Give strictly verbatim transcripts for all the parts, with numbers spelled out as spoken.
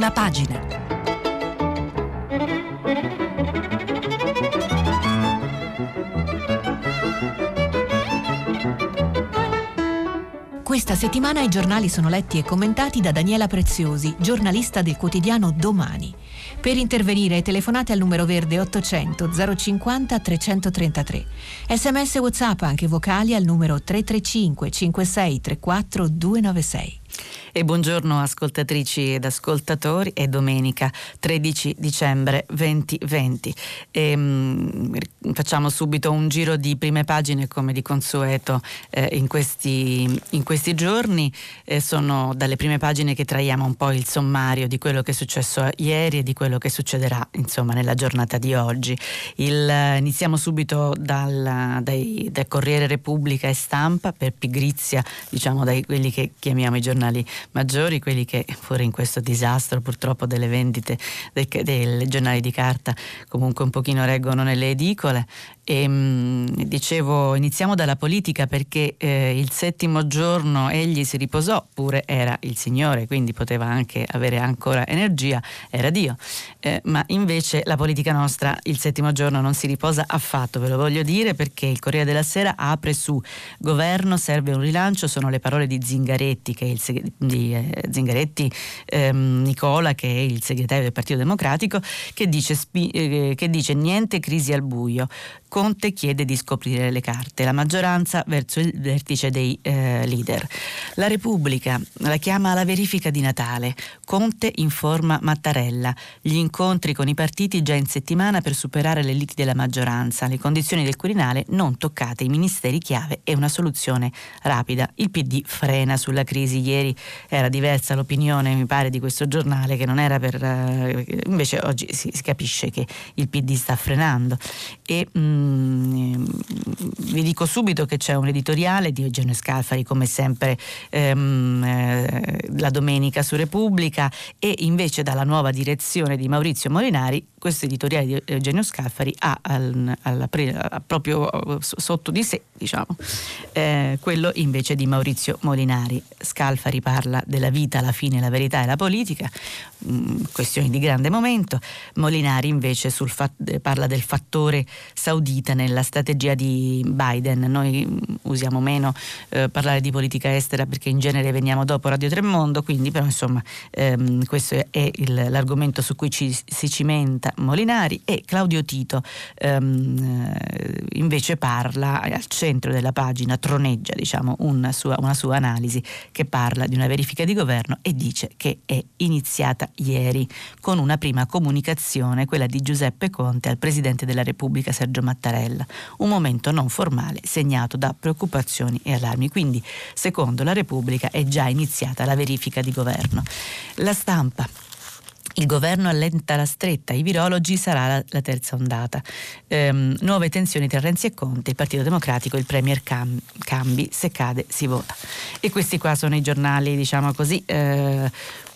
Prima Pagina. Questa settimana i giornali sono letti e commentati da Daniela Preziosi, giornalista del quotidiano Domani. Per intervenire telefonate al numero verde ottocento zero cinquanta trecentotrentatré. Sms WhatsApp anche vocali al numero tre tre cinque cinque sei tre quattro due nove sei. E buongiorno ascoltatrici ed ascoltatori, è domenica tredici dicembre duemilaventi. E, mh, facciamo subito un giro di prime pagine come di consueto eh, in, questi, in questi giorni. Eh, sono dalle prime pagine che traiamo un po' il sommario di quello che è successo ieri e di quello che succederà insomma nella giornata di oggi. Il, iniziamo subito dal, dai, dal Corriere Repubblica e Stampa, per pigrizia diciamo dai quelli che chiamiamo i giornali maggiori, quelli che fuori in questo disastro purtroppo delle vendite dei, dei giornali di carta comunque un pochino reggono nelle edicole. E mh, dicevo, iniziamo dalla politica perché eh, il settimo giorno egli si riposò, pure era il Signore, quindi poteva anche avere ancora energia, era Dio, eh, ma invece la politica nostra il settimo giorno non si riposa affatto, ve lo voglio dire, perché il Corriere della Sera apre su governo, serve un rilancio, sono le parole di Zingaretti, che è il seg- di eh, Zingaretti ehm, Nicola, che è il segretario del Partito Democratico, che dice, spi- eh, che dice niente crisi al buio. Conte chiede di scoprire le carte, la maggioranza verso il vertice dei eh, leader. La Repubblica la chiama alla verifica di Natale. Conte informa Mattarella. Gli incontri con i partiti già in settimana per superare le liti della maggioranza. Le condizioni del Quirinale non toccate, i ministeri chiave e una soluzione rapida. Il P D frena sulla crisi. Ieri era diversa l'opinione, mi pare, di questo giornale, che non era per... Eh, invece oggi si, si capisce che il P D sta frenando. E mh, vi dico subito che c'è un editoriale di Eugenio Scalfari, come sempre ehm, eh, la domenica su Repubblica, e invece dalla nuova direzione di Maurizio Molinari questo editoriale di Eugenio Scalfari ha, al, alla, ha proprio sotto di sé diciamo eh, quello invece di Maurizio Molinari. Scalfari parla della vita, la fine, la verità e la politica, mh, questioni di grande momento. Molinari invece sul fat- parla del fattore saudita nella strategia di Biden. Noi usiamo meno eh, parlare di politica estera perché in genere veniamo dopo Radio Tremondo, quindi però insomma ehm, questo è il, l'argomento su cui ci, si cimenta Molinari. E Claudio Tito ehm, invece parla, al centro della pagina troneggia diciamo una sua, una sua analisi che parla di una verifica di governo e dice che è iniziata ieri con una prima comunicazione, quella di Giuseppe Conte al Presidente della Repubblica Sergio Mattarella, un momento non formale segnato da preoccupazioni e allarmi. Quindi secondo la Repubblica è già iniziata la verifica di governo. La Stampa: il governo allenta la stretta, i virologi, sarà la, la terza ondata. Ehm, nuove tensioni tra Renzi e Conte, il Partito Democratico, il Premier cam, cambi, se cade si vota. E questi qua sono i giornali, diciamo così, eh,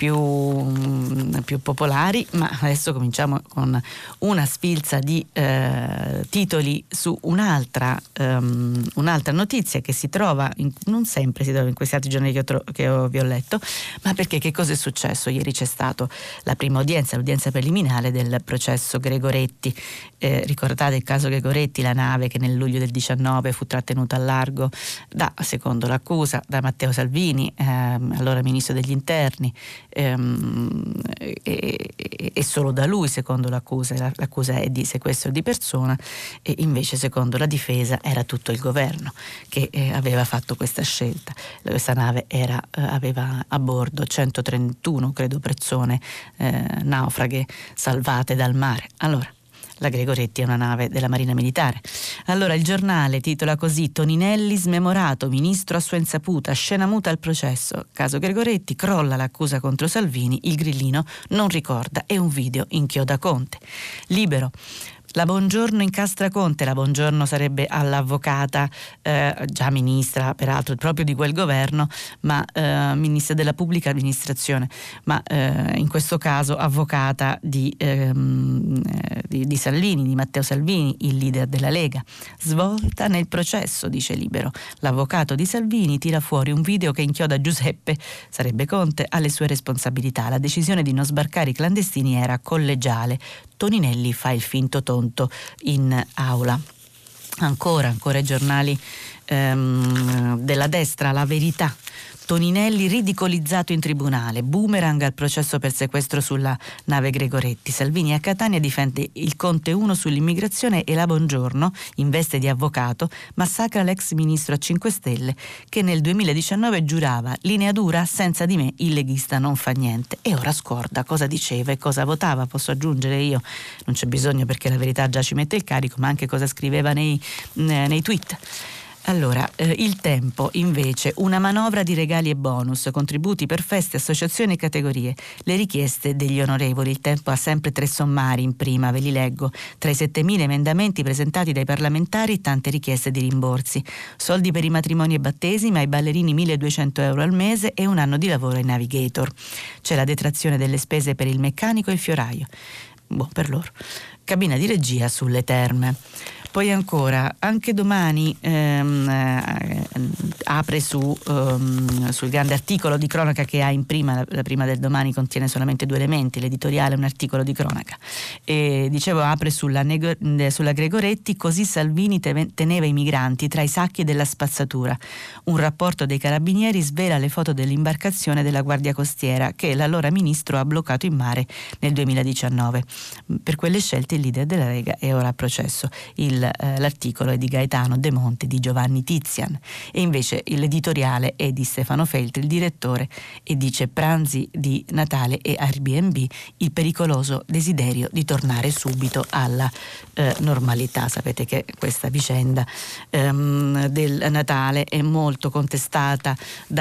più, più popolari, ma adesso cominciamo con una sfilza di eh, titoli su un'altra, um, un'altra notizia che si trova, in, non sempre si trova in questi altri giornali che, ho tro- che ho, vi ho letto, ma perché che cosa è successo? Ieri c'è stato la prima udienza, l'udienza preliminare del processo Gregoretti. Eh, ricordate il caso Gregoretti, la nave che nel luglio del diciannove fu trattenuta al largo da, secondo l'accusa, da Matteo Salvini, ehm, allora ministro degli interni, ehm, e, e, e solo da lui, secondo l'accusa. L'accusa è di sequestro di persona, e invece secondo la difesa era tutto il governo che eh, aveva fatto questa scelta. Questa nave era, eh, aveva a bordo centotrentuno credo persone eh, naufraghe salvate dal mare. Allora, la Gregoretti è una nave della Marina Militare. Allora il giornale titola così: Toninelli smemorato, ministro a sua insaputa, scena muta al processo, caso Gregoretti, crolla l'accusa contro Salvini, il grillino non ricorda e un video inchioda Conte. Libero: La Bongiorno incastra Conte, la Bongiorno sarebbe all'avvocata, eh, già ministra peraltro proprio di quel governo, ma eh, ministra della pubblica amministrazione, ma eh, in questo caso avvocata di, ehm, di, di Salvini, di Matteo Salvini, il leader della Lega. Svolta nel processo, dice Libero. L'avvocato di Salvini tira fuori un video che inchioda Giuseppe, sarebbe Conte, alle sue responsabilità. La decisione di non sbarcare i clandestini era collegiale. Toninelli fa il finto tonto in aula. Ancora, ancora i giornali ehm, della destra, La Verità. Toninelli ridicolizzato in tribunale, boomerang al processo per sequestro sulla nave Gregoretti. Salvini a Catania difende il Conte uno sull'immigrazione e la Bongiorno, in veste di avvocato, massacra l'ex ministro a cinque Stelle che nel duemiladiciannove giurava: linea dura, senza di me il leghista non fa niente. E ora scorda cosa diceva e cosa votava. Posso aggiungere io, non c'è bisogno perché La Verità già ci mette il carico, ma anche cosa scriveva nei, nei tweet. Allora, eh, Il Tempo invece, una manovra di regali e bonus, contributi per feste, associazioni e categorie, le richieste degli onorevoli. Il Tempo ha sempre tre sommari in prima, ve li leggo. Tra i settemila emendamenti presentati dai parlamentari, tante richieste di rimborsi. Soldi per i matrimoni e battesimi, ai ballerini milleduecento euro al mese e un anno di lavoro ai navigator. C'è la detrazione delle spese per il meccanico e il fioraio. Boh, per loro. Cabina di regia sulle terme. Poi ancora, anche Domani ehm, eh, apre su, ehm, sul grande articolo di cronaca che ha in prima, la, la prima del Domani contiene solamente due elementi, l'editoriale e un articolo di cronaca. E, dicevo, apre sulla, nego, sulla Gregoretti, così Salvini teneva i migranti tra i sacchi della spazzatura. Un rapporto dei carabinieri svela le foto dell'imbarcazione della Guardia Costiera che l'allora ministro ha bloccato in mare nel duemiladiciannove. Per quelle scelte il leader della Lega è ora a processo. Il L'articolo è di Gaetano De Monte, di Giovanni Tizian, e invece l'editoriale è di Stefano Feltri, il direttore, e dice: pranzi di Natale e Airbnb, il pericoloso desiderio di tornare subito alla eh, normalità. Sapete che questa vicenda ehm, del Natale è molto contestata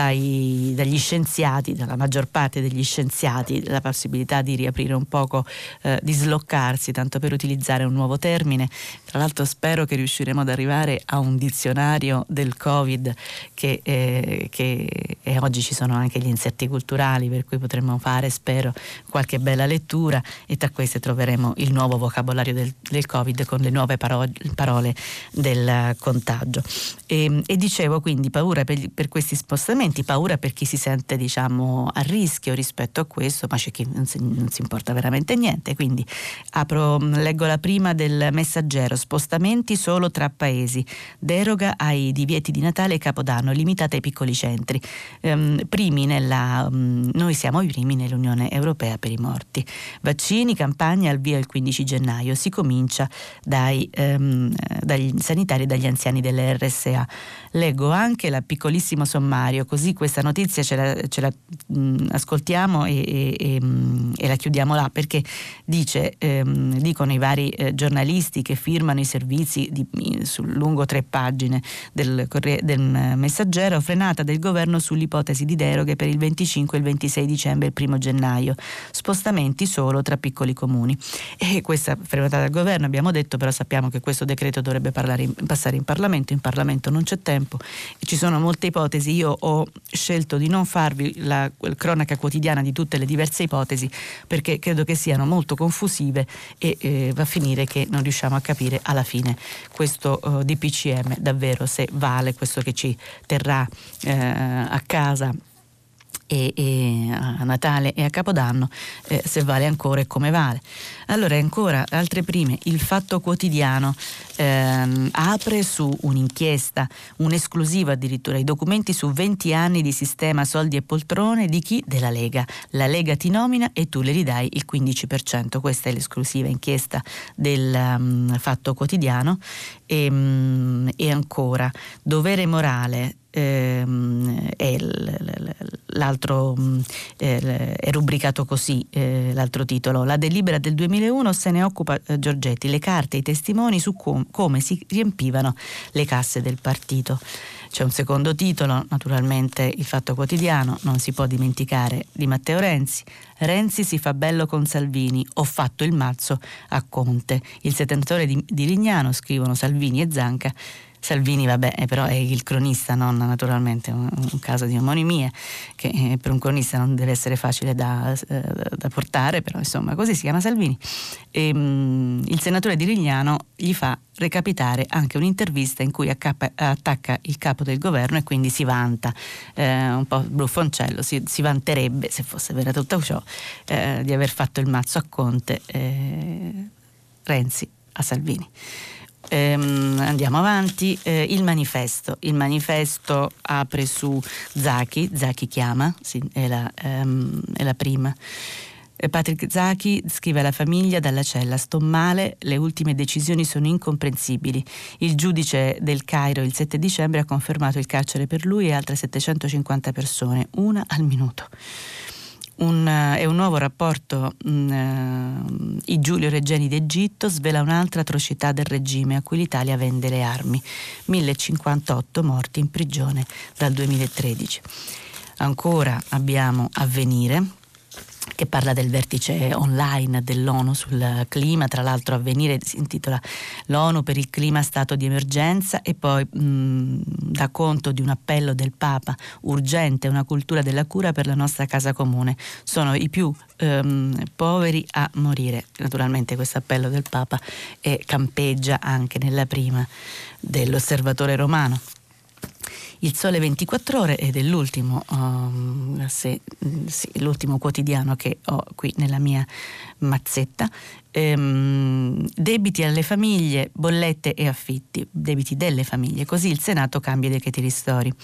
dai, dagli scienziati, dalla maggior parte degli scienziati, la possibilità di riaprire un poco, eh, di sloccarsi, tanto per utilizzare un nuovo termine. Tra l'altro spero che riusciremo ad arrivare a un dizionario del Covid che, eh, che e oggi ci sono anche gli inserti culturali, per cui potremo fare, spero, qualche bella lettura, e tra queste troveremo il nuovo vocabolario del, del Covid con le nuove paro- parole del contagio. E, e dicevo, quindi, paura per, per questi spostamenti, paura per chi si sente, diciamo, a rischio rispetto a questo, ma c'è chi non si, non si importa veramente niente. Quindi apro, leggo la prima del Messaggero: spostamenti solo tra paesi, deroga ai divieti di Natale e Capodanno, limitata ai piccoli centri. Ehm, primi nella, um, noi siamo i primi nell'Unione Europea per i morti. Vaccini, campagna al via il quindici gennaio, si comincia dai um, dagli sanitari e dagli anziani delle R S A. Leggo anche la piccolissimo sommario, così questa notizia ce la, ce la mh, ascoltiamo e, e, e, mh, e la chiudiamo là, perché dice, ehm, dicono i vari eh, giornalisti che firmano i servizi Di, su lungo tre pagine del, del Messaggero: frenata del governo sull'ipotesi di deroghe per il venticinque, il ventisei dicembre e il primo gennaio, spostamenti solo tra piccoli comuni. E questa frenata del governo, abbiamo detto, però sappiamo che questo decreto dovrebbe parlare in, passare in Parlamento. In Parlamento non c'è tempo e ci sono molte ipotesi. Io ho scelto di non farvi la cronaca quotidiana di tutte le diverse ipotesi, perché credo che siano molto confusive e eh, va a finire che non riusciamo a capire alla fine questo uh, D P C M davvero se vale, questo che ci terrà eh, a casa e, e a Natale e a Capodanno, eh, se vale ancora e come vale. Allora, ancora altre prime. Il Fatto Quotidiano ehm, apre su un'inchiesta, un'esclusiva addirittura, i documenti su venti anni di sistema soldi e poltrone di chi? Della Lega. La Lega ti nomina e tu le ridai il quindici per cento. Questa è l'esclusiva inchiesta del um, Fatto Quotidiano. E, um, e ancora, dovere morale. Ehm, è l'altro eh, è rubricato così, eh, l'altro titolo: la delibera del duemilauno se ne occupa eh, Giorgetti, le carte e i testimoni su com- come si riempivano le casse del partito. C'è un secondo titolo, naturalmente Il Fatto Quotidiano, non si può dimenticare di Matteo Renzi. Renzi si fa bello con Salvini, ho fatto il mazzo a Conte. Il senatore di, di Lignano, scrivono Salvini e Zanca. Salvini, vabbè, però è il cronista, non naturalmente un, un caso di omonimie, che eh, per un cronista non deve essere facile da, eh, da portare, però insomma così si chiama Salvini. E, mh, il senatore di Rigliano gli fa recapitare anche un'intervista in cui accappa, attacca il capo del governo e quindi si vanta, eh, un po' bruffoncello, si, si vanterebbe, se fosse vera tutto ciò, eh, di aver fatto il mazzo a Conte, eh, Renzi a Salvini. Ehm, andiamo avanti. Eh, il manifesto il manifesto apre su Zaki Zaki chiama, sì, è, la, ehm, è la prima. eh, Patrick Zaki scrive alla famiglia: dalla cella sto male, le ultime decisioni sono incomprensibili. Il giudice del Cairo il sette dicembre ha confermato il carcere per lui e altre settecentocinquanta persone, una al minuto. Un, è un nuovo rapporto, um, i Giulio Regeni d'Egitto svela un'altra atrocità del regime a cui l'Italia vende le armi, mille cinquantotto morti in prigione dal duemilatredici. Ancora abbiamo Avvenire, che parla del vertice online dell'ONU sul clima. Tra l'altro Avvenire si intitola l'ONU per il clima stato di emergenza, e poi mh, dà conto di un appello del Papa: urgente una cultura della cura per la nostra casa comune, sono i più ehm, poveri a morire. Naturalmente questo appello del Papa è, campeggia anche nella prima dell'Osservatore Romano. Il Sole ventiquattro Ore ed è l'ultimo, um, se, sì, l'ultimo quotidiano che ho qui nella mia mazzetta. Ehm, debiti alle famiglie, bollette e affitti, debiti delle famiglie, così il Senato cambia i decreti ristori.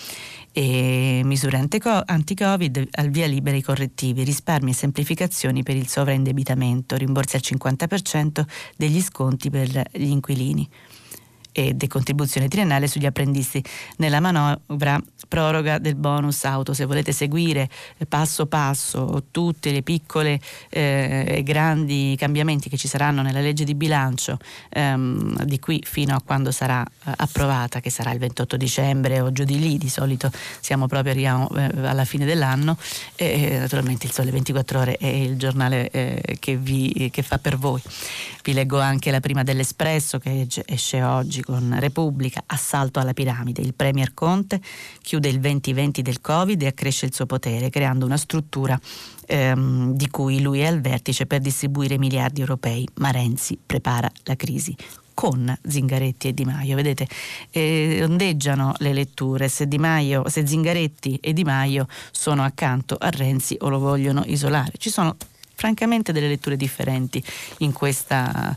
E misure anti-Covid, al via libera i correttivi, risparmi e semplificazioni per il sovraindebitamento, rimborsi al cinquanta per cento degli sconti per gli inquilini e decontribuzione triennale sugli apprendisti. Nella manovra proroga del bonus auto. Se volete seguire passo passo tutte le piccole e eh, grandi cambiamenti che ci saranno nella legge di bilancio ehm, di qui fino a quando sarà eh, approvata, che sarà il ventotto dicembre o giù di lì, di solito siamo proprio arriviamo eh, alla fine dell'anno, e naturalmente il Sole ventiquattro Ore è il giornale eh, che, vi, che fa per voi. Vi leggo anche la prima dell'Espresso, che esce oggi con Repubblica: assalto alla piramide, il premier Conte chiude il venti venti del Covid e accresce il suo potere creando una struttura ehm, di cui lui è al vertice per distribuire miliardi europei, ma Renzi prepara la crisi con Zingaretti e Di Maio. Vedete, eh, ondeggiano le letture, se Di Maio, se Zingaretti e Di Maio sono accanto a Renzi o lo vogliono isolare. Ci sono francamente delle letture differenti in questa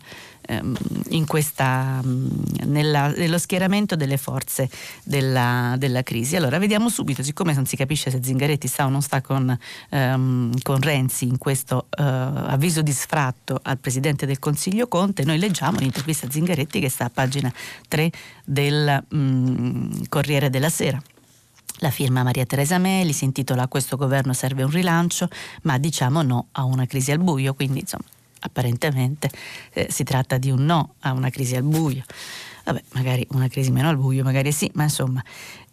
in questa nella, nello schieramento delle forze della, della crisi. Allora vediamo subito, siccome non si capisce se Zingaretti sta o non sta con, um, con Renzi in questo uh, avviso di sfratto al Presidente del Consiglio Conte, noi leggiamo l'intervista a Zingaretti che sta a pagina tre del um, Corriere della Sera. La firma Maria Teresa Meli, si intitola: questo governo serve un rilancio, ma diciamo no a una crisi al buio. Quindi insomma apparentemente eh, si tratta di un no a una crisi al buio. Vabbè, magari una crisi meno al buio, magari sì, ma insomma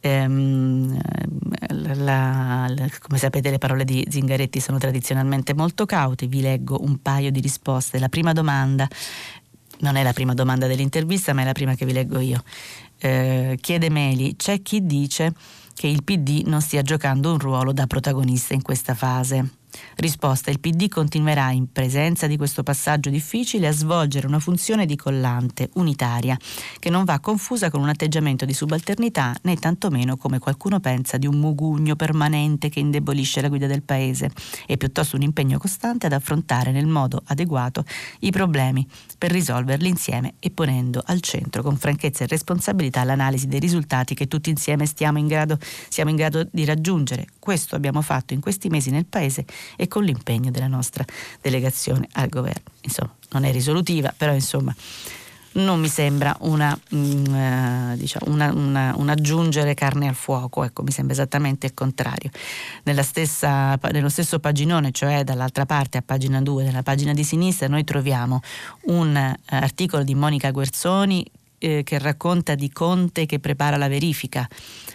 ehm, la, la, la, come sapete le parole di Zingaretti sono tradizionalmente molto caute. Vi leggo un paio di risposte. La prima domanda non è la prima domanda dell'intervista, ma è la prima che vi leggo io. Eh, chiede Meli: c'è chi dice che il P D non stia giocando un ruolo da protagonista in questa fase. Risposta: il P D continuerà, in presenza di questo passaggio difficile, a svolgere una funzione di collante unitaria che non va confusa con un atteggiamento di subalternità, né tantomeno, come qualcuno pensa, di un mugugno permanente che indebolisce la guida del paese, e piuttosto un impegno costante ad affrontare nel modo adeguato i problemi per risolverli insieme e ponendo al centro con franchezza e responsabilità l'analisi dei risultati che tutti insieme stiamo in grado, siamo in grado di raggiungere. Questo abbiamo fatto in questi mesi nel paese e con l'impegno della nostra delegazione al governo. Insomma, non è risolutiva, però insomma non mi sembra una, um, diciamo, una, una, un aggiungere carne al fuoco, ecco, mi sembra esattamente il contrario. Nella stessa, nello stesso paginone, cioè dall'altra parte a pagina due, nella pagina di sinistra, noi troviamo un uh, articolo di Monica Guerzoni eh, che racconta di Conte che prepara la verifica.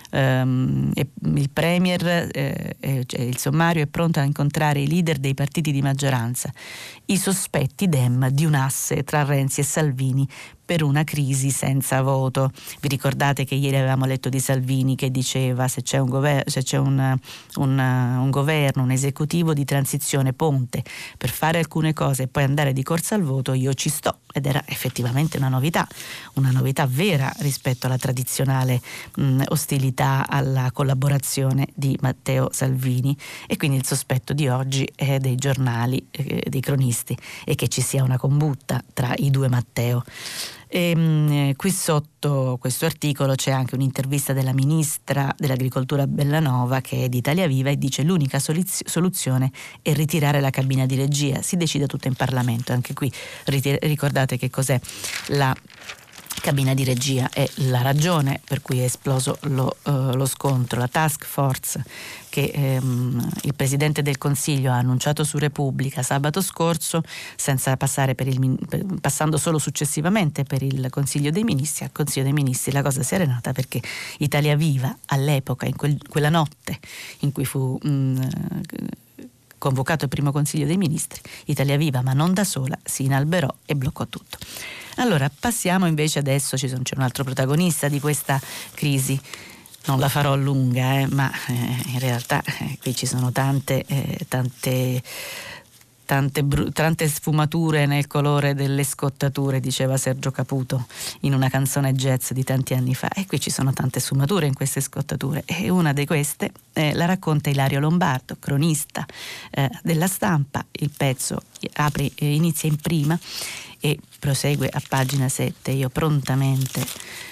Um, e il Premier, eh, eh, cioè il sommario è pronto a incontrare i leader dei partiti di maggioranza. I sospetti Dem di un asse tra Renzi e Salvini per una crisi senza voto. Vi ricordate che ieri avevamo letto di Salvini che diceva se c'è un, gover- se c'è un, un, un governo, un esecutivo di transizione ponte per fare alcune cose e poi andare di corsa al voto, io ci sto. Ed era effettivamente una novità, una novità vera rispetto alla tradizionale mh, ostilità alla collaborazione di Matteo Salvini. E quindi il sospetto di oggi è dei giornali, eh, dei cronisti, e che ci sia una combutta tra i due Matteo. E, mh, qui sotto questo articolo c'è anche un'intervista della ministra dell'agricoltura Bellanova, che è di Italia Viva, e dice l'unica solizio- soluzione è ritirare la cabina di regia, si decide tutto in Parlamento. Anche qui ritir- ricordate che cos'è la cabina di regia, è la ragione per cui è esploso lo, uh, lo scontro, la task force che ehm, il Presidente del Consiglio ha annunciato su Repubblica sabato scorso, senza passare per il, per, passando solo successivamente per il Consiglio dei Ministri. Al Consiglio dei Ministri la cosa si è arenata perché Italia Viva all'epoca, in quel, quella notte in cui fu mh, convocato il primo Consiglio dei Ministri, Italia Viva, ma non da sola, si inalberò e bloccò tutto. Allora passiamo invece adesso, ci sono, c'è un altro protagonista di questa crisi. Non la farò lunga, eh, ma eh, in realtà eh, qui ci sono tante, eh, tante, tante, bru- tante sfumature nel colore delle scottature, diceva Sergio Caputo in una canzone jazz di tanti anni fa. E qui ci sono tante sfumature in queste scottature, e una di queste eh, la racconta Ilario Lombardo, cronista eh, della Stampa. Il pezzo apre, eh, inizia in prima e prosegue a pagina sette. Io prontamente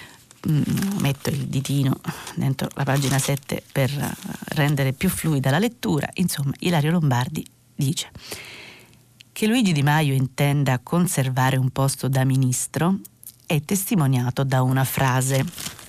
metto il ditino dentro la pagina sette per rendere più fluida la lettura. Insomma, Ilario Lombardi dice che Luigi Di Maio intenda conservare un posto da ministro è testimoniato da una frase.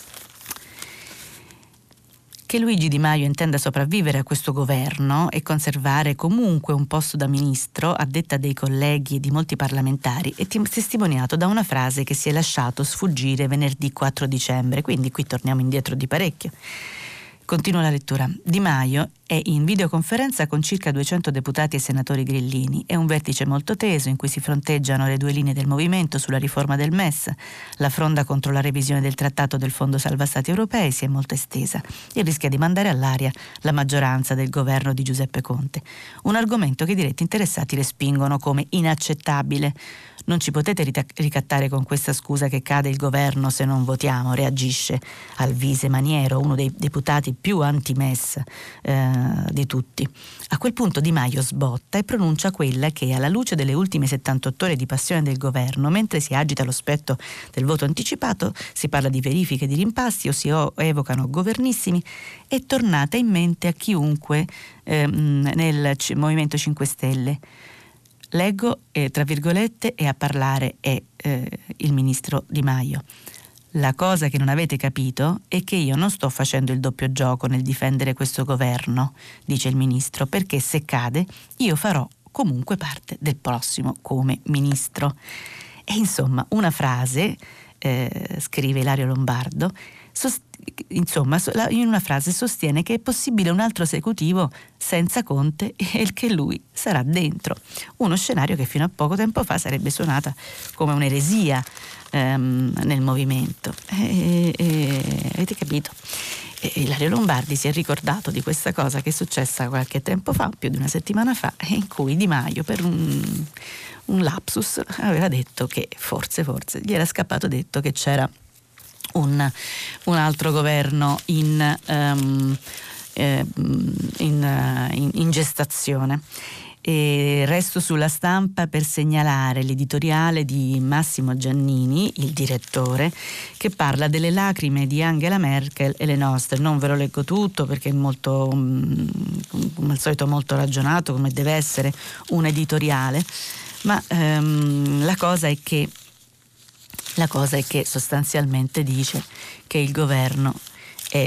Che Luigi Di Maio intenda sopravvivere a questo governo e conservare comunque un posto da ministro, a detta dei colleghi e di molti parlamentari, è testimoniato da una frase che si è lasciato sfuggire venerdì quattro dicembre, quindi qui torniamo indietro di parecchio. Continua la lettura. Di Maio è in videoconferenza con circa duecento deputati e senatori grillini. È un vertice molto teso in cui si fronteggiano le due linee del movimento sulla riforma del M E S. La fronda contro la revisione del trattato del Fondo Salva Stati Europei si è molto estesa e rischia di mandare all'aria la maggioranza del governo di Giuseppe Conte. Un argomento che i diretti interessati respingono come inaccettabile. Non ci potete ricattare con questa scusa che cade il governo se non votiamo, reagisce Alvise Maniero, uno dei deputati più anti-M E S eh, di tutti. A quel punto Di Maio sbotta e pronuncia quella che, alla luce delle ultime settantotto ore di passione del governo, mentre si agita lo spettro del voto anticipato, si parla di verifiche, di rimpasti o si evocano governissimi, è tornata in mente a chiunque eh, nel C- Movimento cinque Stelle. Leggo, eh, tra virgolette, e a parlare è eh, il ministro Di Maio. La cosa che non avete capito è che io non sto facendo il doppio gioco nel difendere questo governo, dice il ministro, perché se cade io farò comunque parte del prossimo come ministro. E insomma, una frase, eh, scrive Ilario Lombardo, sost- insomma, in una frase sostiene che è possibile un altro esecutivo senza Conte e che lui sarà dentro. Uno scenario che fino a poco tempo fa sarebbe suonata come un'eresia ehm, nel movimento. E, e, avete capito? E Ilario Lombardi si è ricordato di questa cosa che è successa qualche tempo fa, più di una settimana fa, in cui Di Maio, per un, un lapsus, aveva detto che forse, forse, gli era scappato detto che c'era Un, un altro governo in, um, eh, in, in, in gestazione. E resto sulla Stampa per segnalare l'editoriale di Massimo Giannini, il direttore, che parla delle lacrime di Angela Merkel e le nostre. Non ve lo leggo tutto perché è molto, come al solito, molto ragionato, come deve essere un editoriale, ma um, la cosa è che La cosa è che sostanzialmente dice che il governo è,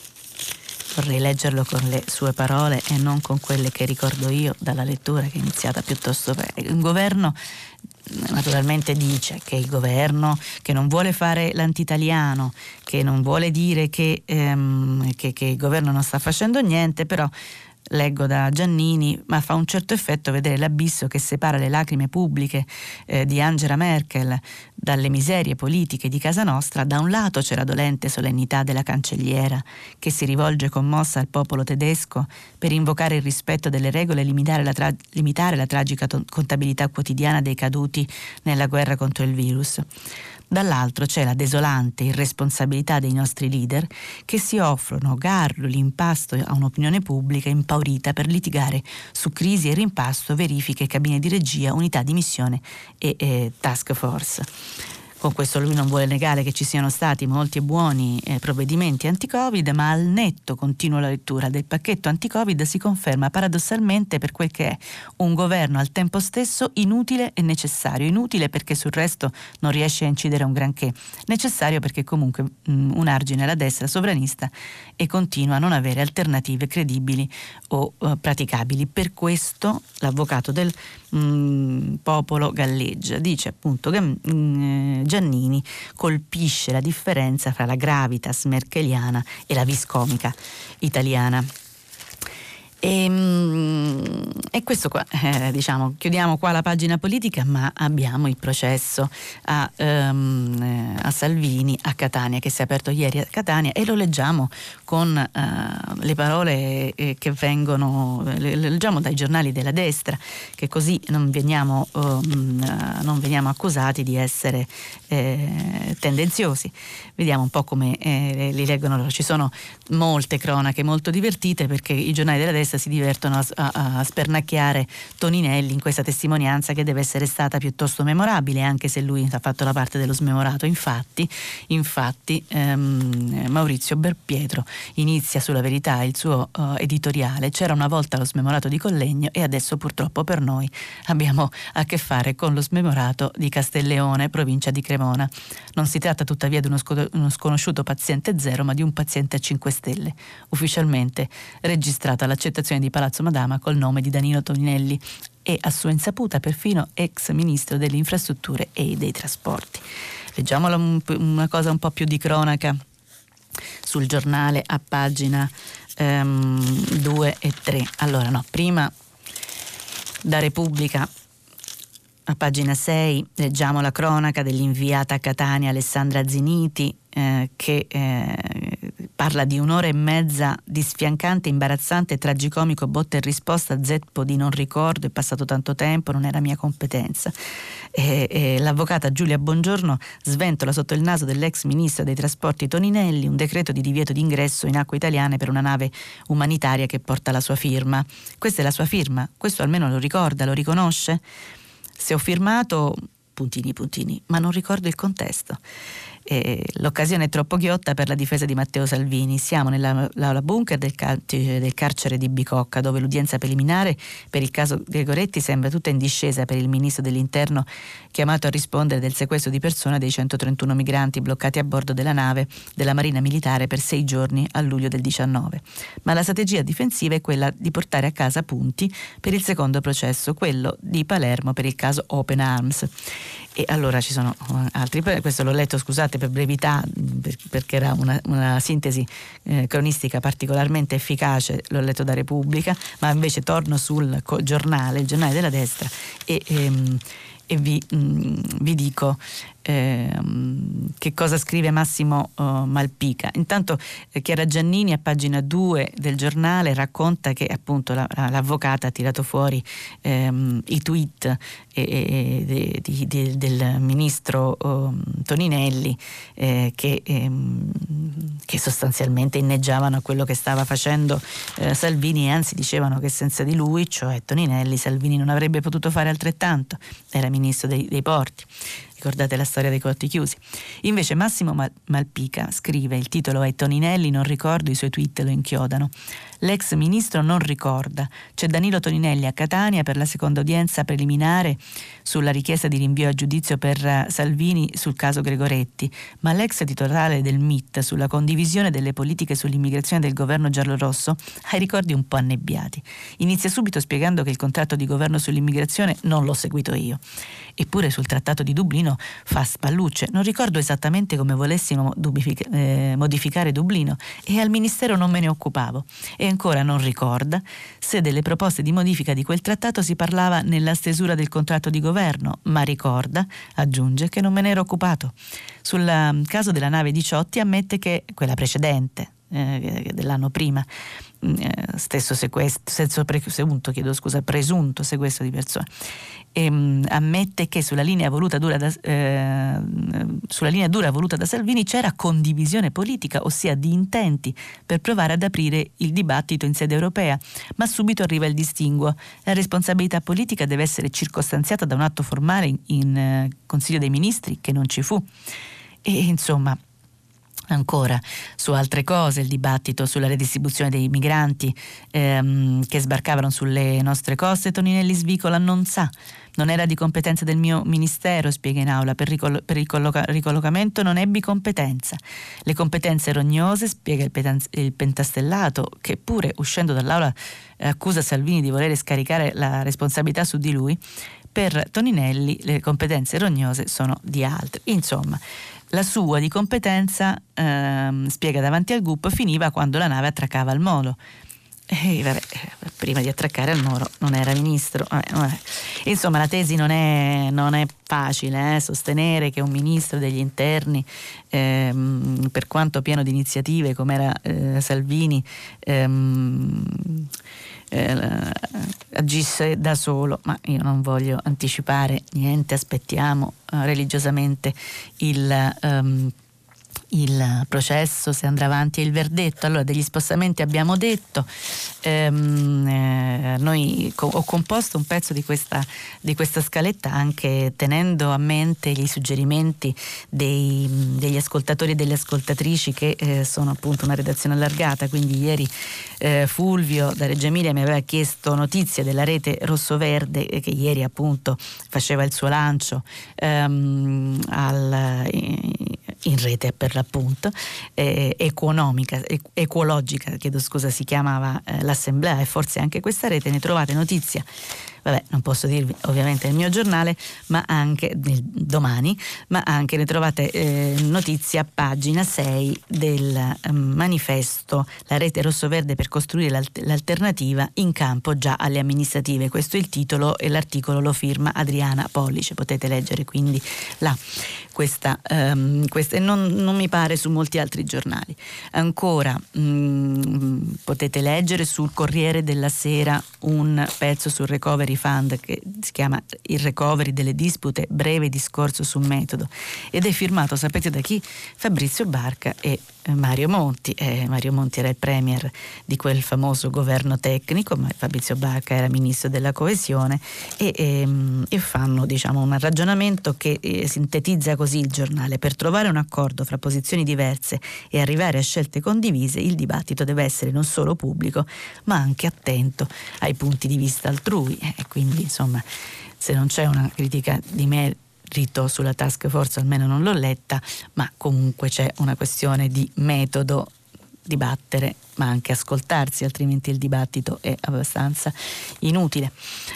vorrei leggerlo con le sue parole e non con quelle che ricordo io dalla lettura che è iniziata piuttosto, un governo naturalmente dice che il governo, che non vuole fare l'antitaliano, che non vuole dire che, ehm, che, che il governo non sta facendo niente, però leggo da Giannini, ma fa un certo effetto vedere l'abisso che separa le lacrime pubbliche eh, di Angela Merkel dalle miserie politiche di casa nostra. Da un lato c'è la dolente solennità della cancelliera che si rivolge commossa al popolo tedesco per invocare il rispetto delle regole e limitare la, tra- limitare la tragica to- contabilità quotidiana dei caduti nella guerra contro il virus. Dall'altro c'è la desolante irresponsabilità dei nostri leader che si offrono garruli in pasto a un'opinione pubblica impaurita per litigare su crisi e rimpasto, verifiche, cabine di regia, unità di missione e eh, task force. Con questo lui non vuole negare che ci siano stati molti e buoni eh, provvedimenti anti-Covid, ma al netto, continua la lettura, del pacchetto anti-Covid si conferma paradossalmente per quel che è un governo al tempo stesso inutile e necessario. Inutile perché sul resto non riesce a incidere un granché, necessario perché comunque mh, un argine alla destra sovranista e continua a non avere alternative credibili o uh, praticabili. Per questo l'avvocato del mh, popolo galleggia, dice appunto che mh, Giannini colpisce la differenza fra la gravitas merkeliana e la vis comica italiana. E, e questo qua, eh, diciamo, chiudiamo qua la pagina politica, ma abbiamo il processo a, um, a Salvini a Catania, che si è aperto ieri a Catania, e lo leggiamo con uh, le parole eh, che vengono, le, le leggiamo dai giornali della destra, che così non veniamo, um, uh, non veniamo accusati di essere eh, tendenziosi. Vediamo un po' come eh, li leggono loro. Ci sono molte cronache molto divertite, perché i giornali della destra si divertono a, a, a spernacchiare Toninelli in questa testimonianza che deve essere stata piuttosto memorabile, anche se lui ha fatto la parte dello smemorato. Infatti, infatti ehm, Maurizio Belpietro inizia sulla Verità il suo uh, editoriale: c'era una volta lo smemorato di Collegno e adesso purtroppo per noi abbiamo a che fare con lo smemorato di Castelleone, provincia di Cremona. Non si tratta tuttavia di uno, sco- uno sconosciuto paziente zero, ma di un paziente a cinque stelle, ufficialmente registrato all'accettazione di Palazzo Madama col nome di Danilo Toninelli e a sua insaputa perfino ex ministro delle infrastrutture e dei trasporti. Leggiamo una cosa un po' più di cronaca sul giornale a pagina um, due e tre. Allora no, prima da Repubblica a pagina sei leggiamo la cronaca dell'inviata a Catania Alessandra Ziniti, eh, che eh, parla di un'ora e mezza di sfiancante, imbarazzante, tragicomico botta e risposta, zeppo di non ricordo, è passato tanto tempo, non era mia competenza. E, e l'avvocata Giulia Bongiorno sventola sotto il naso dell'ex ministro dei trasporti Toninelli un decreto di divieto di ingresso in acque italiane per una nave umanitaria che porta la sua firma. Questa è la sua firma, questo almeno lo ricorda, lo riconosce? Se ho firmato puntini puntini, ma non ricordo il contesto. Eh, l'occasione è troppo ghiotta per la difesa di Matteo Salvini. Siamo nell'aula bunker del, car- del carcere di Bicocca, dove l'udienza preliminare per il caso Gregoretti sembra tutta in discesa per il ministro dell'Interno, chiamato a rispondere del sequestro di persona dei centotrentuno migranti bloccati a bordo della nave della Marina Militare per sei giorni a luglio del diciannove. Ma la strategia difensiva è quella di portare a casa punti per il secondo processo, quello di Palermo per il caso Open Arms. E allora ci sono altri, questo l'ho letto, scusate per brevità, perché era una, una sintesi eh, cronistica particolarmente efficace, l'ho letto da Repubblica, ma invece torno sul co- giornale, il giornale della destra, e, ehm, e vi, mh, vi dico ehm, che cosa scrive Massimo uh, Malpica. Intanto eh, Chiara Giannini a pagina due del giornale racconta che appunto la, l'avvocata ha tirato fuori ehm, i tweet eh, eh, di, di, del ministro um, Toninelli eh, che, ehm, che sostanzialmente inneggiavano a quello che stava facendo eh, Salvini, e anzi dicevano che senza di lui, cioè Toninelli, Salvini non avrebbe potuto fare altrettanto, era ministro dei, dei porti. ricordate la storia dei conti chiusi. Invece Massimo Mal- Malpica scrive, il titolo è Toninelli non ricordo, i suoi tweet lo inchiodano. L'ex ministro non ricorda. C'è Danilo Toninelli a Catania per la seconda udienza preliminare sulla richiesta di rinvio a giudizio per Salvini sul caso Gregoretti, ma l'ex titolare del M I T sulla condivisione delle politiche sull'immigrazione del governo giallorosso ha i ricordi un po' annebbiati. Inizia subito spiegando che il contratto di governo sull'immigrazione non l'ho seguito io. Eppure sul trattato di Dublino fa spallucce. Non ricordo esattamente come volessimo dubific- eh, modificare Dublino e al ministero non me ne occupavo. E ancora non ricorda se delle proposte di modifica di quel trattato si parlava nella stesura del contratto di governo, ma ricorda, aggiunge, che non me ne ero occupato. Sul um, caso della nave Diciotti ammette che quella precedente, eh, dell'anno prima, eh, stesso sequestro, senso presunto, chiedo scusa, presunto sequestro di persone, e, um, ammette che sulla linea voluta dura da, eh, sulla linea dura voluta da Salvini c'era condivisione politica, ossia di intenti per provare ad aprire il dibattito in sede europea, ma subito arriva il distinguo: la responsabilità politica deve essere circostanziata da un atto formale in, in eh, Consiglio dei Ministri che non ci fu. E insomma, ancora su altre cose, il dibattito sulla redistribuzione dei migranti ehm, che sbarcavano sulle nostre coste, Toninelli svicola non sa, non era di competenza del mio ministero, spiega in aula, per, ricollo- per il colloca- ricollocamento non ebbi competenza. Le competenze rognose, spiega il, petan- il pentastellato, che pure uscendo dall'aula eh, accusa Salvini di volere scaricare la responsabilità su di lui. Per Toninelli le competenze rognose sono di altri. Insomma, la sua di competenza, ehm, spiega davanti al G U P, finiva quando la nave attraccava al molo. E vabbè, prima di attraccare al molo non era ministro. Vabbè, vabbè. Insomma, la tesi non è, non è facile, eh, sostenere che un ministro degli interni, ehm, per quanto pieno di iniziative come era eh, Salvini, ehm, eh, agisse da solo, ma io non voglio anticipare niente, aspettiamo eh, religiosamente il um, il processo, se andrà avanti, e il verdetto. Allora, degli spostamenti abbiamo detto, ehm, eh, noi co- ho composto un pezzo di questa, di questa scaletta anche tenendo a mente i suggerimenti dei, degli ascoltatori e delle ascoltatrici che eh, sono appunto una redazione allargata, quindi ieri eh, Fulvio da Reggio Emilia mi aveva chiesto notizie della rete rosso-verde eh, che ieri appunto faceva il suo lancio ehm, al, in rete per l'appunto eh, economica, ecologica, chiedo scusa, si chiamava eh, l'Assemblea, e forse anche questa rete ne trovate notizia. Vabbè, non posso dirvi ovviamente nel mio giornale, ma anche nel Domani, ma anche ne trovate eh, notizia a pagina sei del eh, manifesto La rete rosso-verde per costruire l'alt- l'alternativa in campo già alle amministrative. Questo è il titolo e l'articolo lo firma Adriana Pollice, potete leggere quindi là questa, um, questa e non, non mi pare su molti altri giornali. Ancora mh, potete leggere sul Corriere della Sera un pezzo sul recovery fund che si chiama Il recovery delle dispute, breve discorso su metodo, ed è firmato, sapete da chi? Fabrizio Barca e Mario Monti. Eh, Mario Monti era il premier di quel famoso governo tecnico, ma Fabrizio Barca era ministro della coesione, e, e, e fanno diciamo un ragionamento che eh, sintetizza così il giornale: per trovare un accordo fra posizioni diverse e arrivare a scelte condivise, il dibattito deve essere non solo pubblico ma anche attento ai punti di vista altrui. E eh, quindi insomma, se non c'è una critica di merito sulla task force, almeno non l'ho letta, ma comunque c'è una questione di metodo, dibattere ma anche ascoltarsi, altrimenti il dibattito è abbastanza inutile.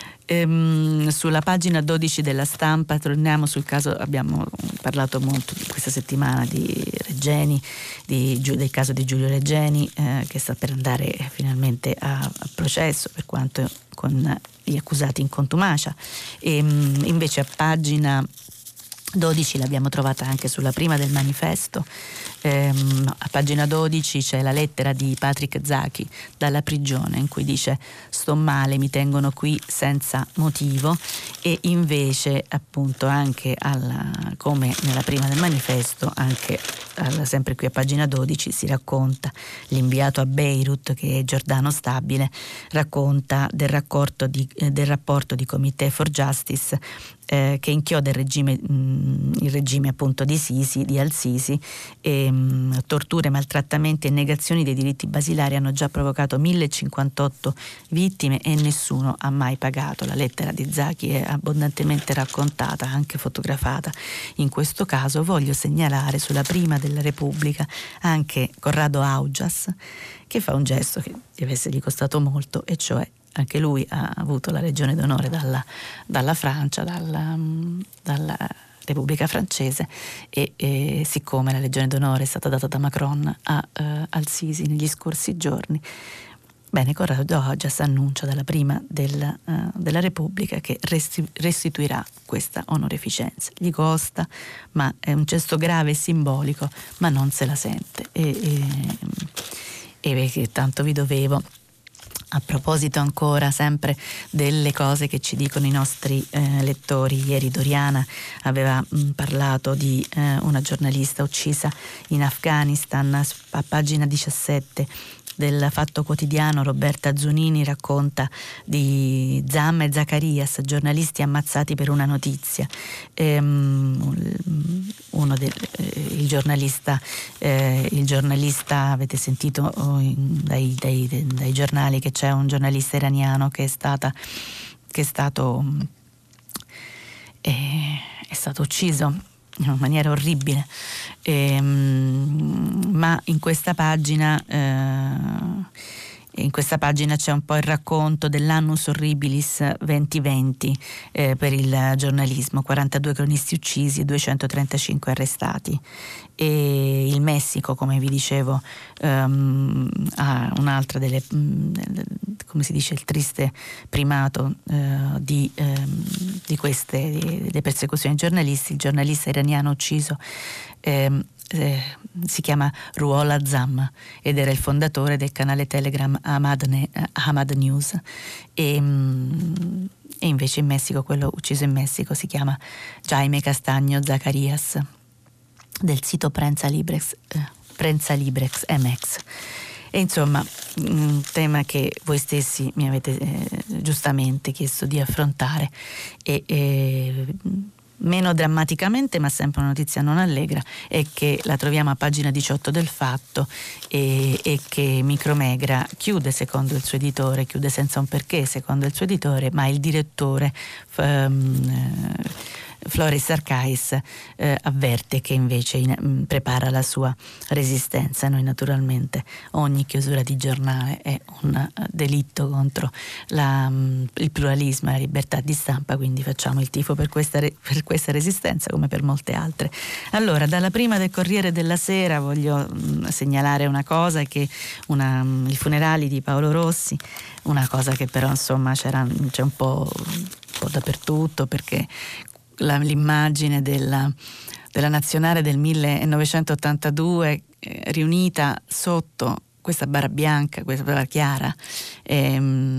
Ehm, sulla pagina dodici della Stampa torniamo sul caso, abbiamo parlato molto di questa settimana di Regeni, di, del caso di Giulio Regeni, eh, che sta per andare finalmente a, a processo, per quanto con gli accusati in contumacia. E invece a pagina dodici l'abbiamo trovata anche sulla prima del manifesto. Ehm, a pagina dodici c'è la lettera di Patrick Zaki dalla prigione in cui dice: sto male, mi tengono qui senza motivo. E invece appunto anche alla, come nella prima del manifesto, anche alla, sempre qui a pagina dodici si racconta l'inviato a Beirut, che è Giordano Stabile, racconta del, raccordo di, eh, del rapporto di Comité for Justice eh, che inchioda il regime, mh, il regime appunto di Sisi, di Al-Sisi, e mh, torture, maltrattamenti e negazioni dei diritti basilari hanno già provocato millecinquantotto vittime e nessuno ha mai pagato. La lettera di Zaki è abbondantemente raccontata, anche fotografata. In questo caso voglio segnalare sulla prima della Repubblica anche Corrado Augias, che fa un gesto che deve essergli costato molto, e cioè anche lui ha avuto la Legione d'Onore dalla, dalla Francia, dalla, dalla Repubblica Francese, e, e siccome la Legione d'Onore è stata data da Macron a uh, Al-Sisi negli scorsi giorni, bene, Corrado Augias annuncia dalla prima del, uh, della Repubblica che resti- restituirà questa onoreficenza. Gli costa, ma è un gesto grave e simbolico, ma non se la sente. E, e, e che tanto vi dovevo. A proposito ancora sempre delle cose che ci dicono i nostri eh, lettori, ieri Doriana aveva mh, parlato di eh, una giornalista uccisa in Afghanistan. A, a pagina diciassette del Fatto Quotidiano Roberta Zunini racconta di Zam e Zacarias, giornalisti ammazzati per una notizia. Ehm, uno del, eh, il giornalista eh, il giornalista avete sentito oh, in, dai, dai, dai giornali che c'è un giornalista iraniano che è stata che è stato eh, è stato ucciso in una maniera orribile, ehm, ma in questa pagina eh, in questa pagina c'è un po' il racconto dell'annus horribilis duemilaventi eh, per il giornalismo, quarantadue cronisti uccisi e duecentotrentacinque arrestati. E il Messico, come vi dicevo, um, ha un'altra delle, come si dice, il triste primato uh, di, um, di queste delle persecuzioni ai giornalisti. Il giornalista iraniano ucciso um, eh, si chiama Ruhollah Azzam ed era il fondatore del canale Telegram Ahmad, ne- Ahmad News, e, um, e invece in Messico, quello ucciso in Messico, si chiama Jaime Castaño Zacarias, del sito Prensa Librex, eh, Prensa Librex M X. E insomma, un tema che voi stessi mi avete eh, giustamente chiesto di affrontare, e, e meno drammaticamente, ma sempre una notizia non allegra, è che la troviamo a pagina diciotto del Fatto, e, e che Micromegra chiude secondo il suo editore, chiude senza un perché secondo il suo editore, ma il direttore um, Floris Arcais eh, avverte che invece in, mh, prepara la sua resistenza. Noi naturalmente ogni chiusura di giornale è un uh, delitto contro la, mh, il pluralismo e la libertà di stampa, quindi facciamo il tifo per questa, re, per questa resistenza come per molte altre. Allora, dalla prima del Corriere della Sera voglio mh, segnalare una cosa, che una, mh, i funerali di Paolo Rossi, una cosa che però insomma c'era, c'è un po', un po' dappertutto, perché La, l'immagine della, della nazionale del millenovecentottantadue eh, riunita sotto questa bara bianca, questa bara chiara, è,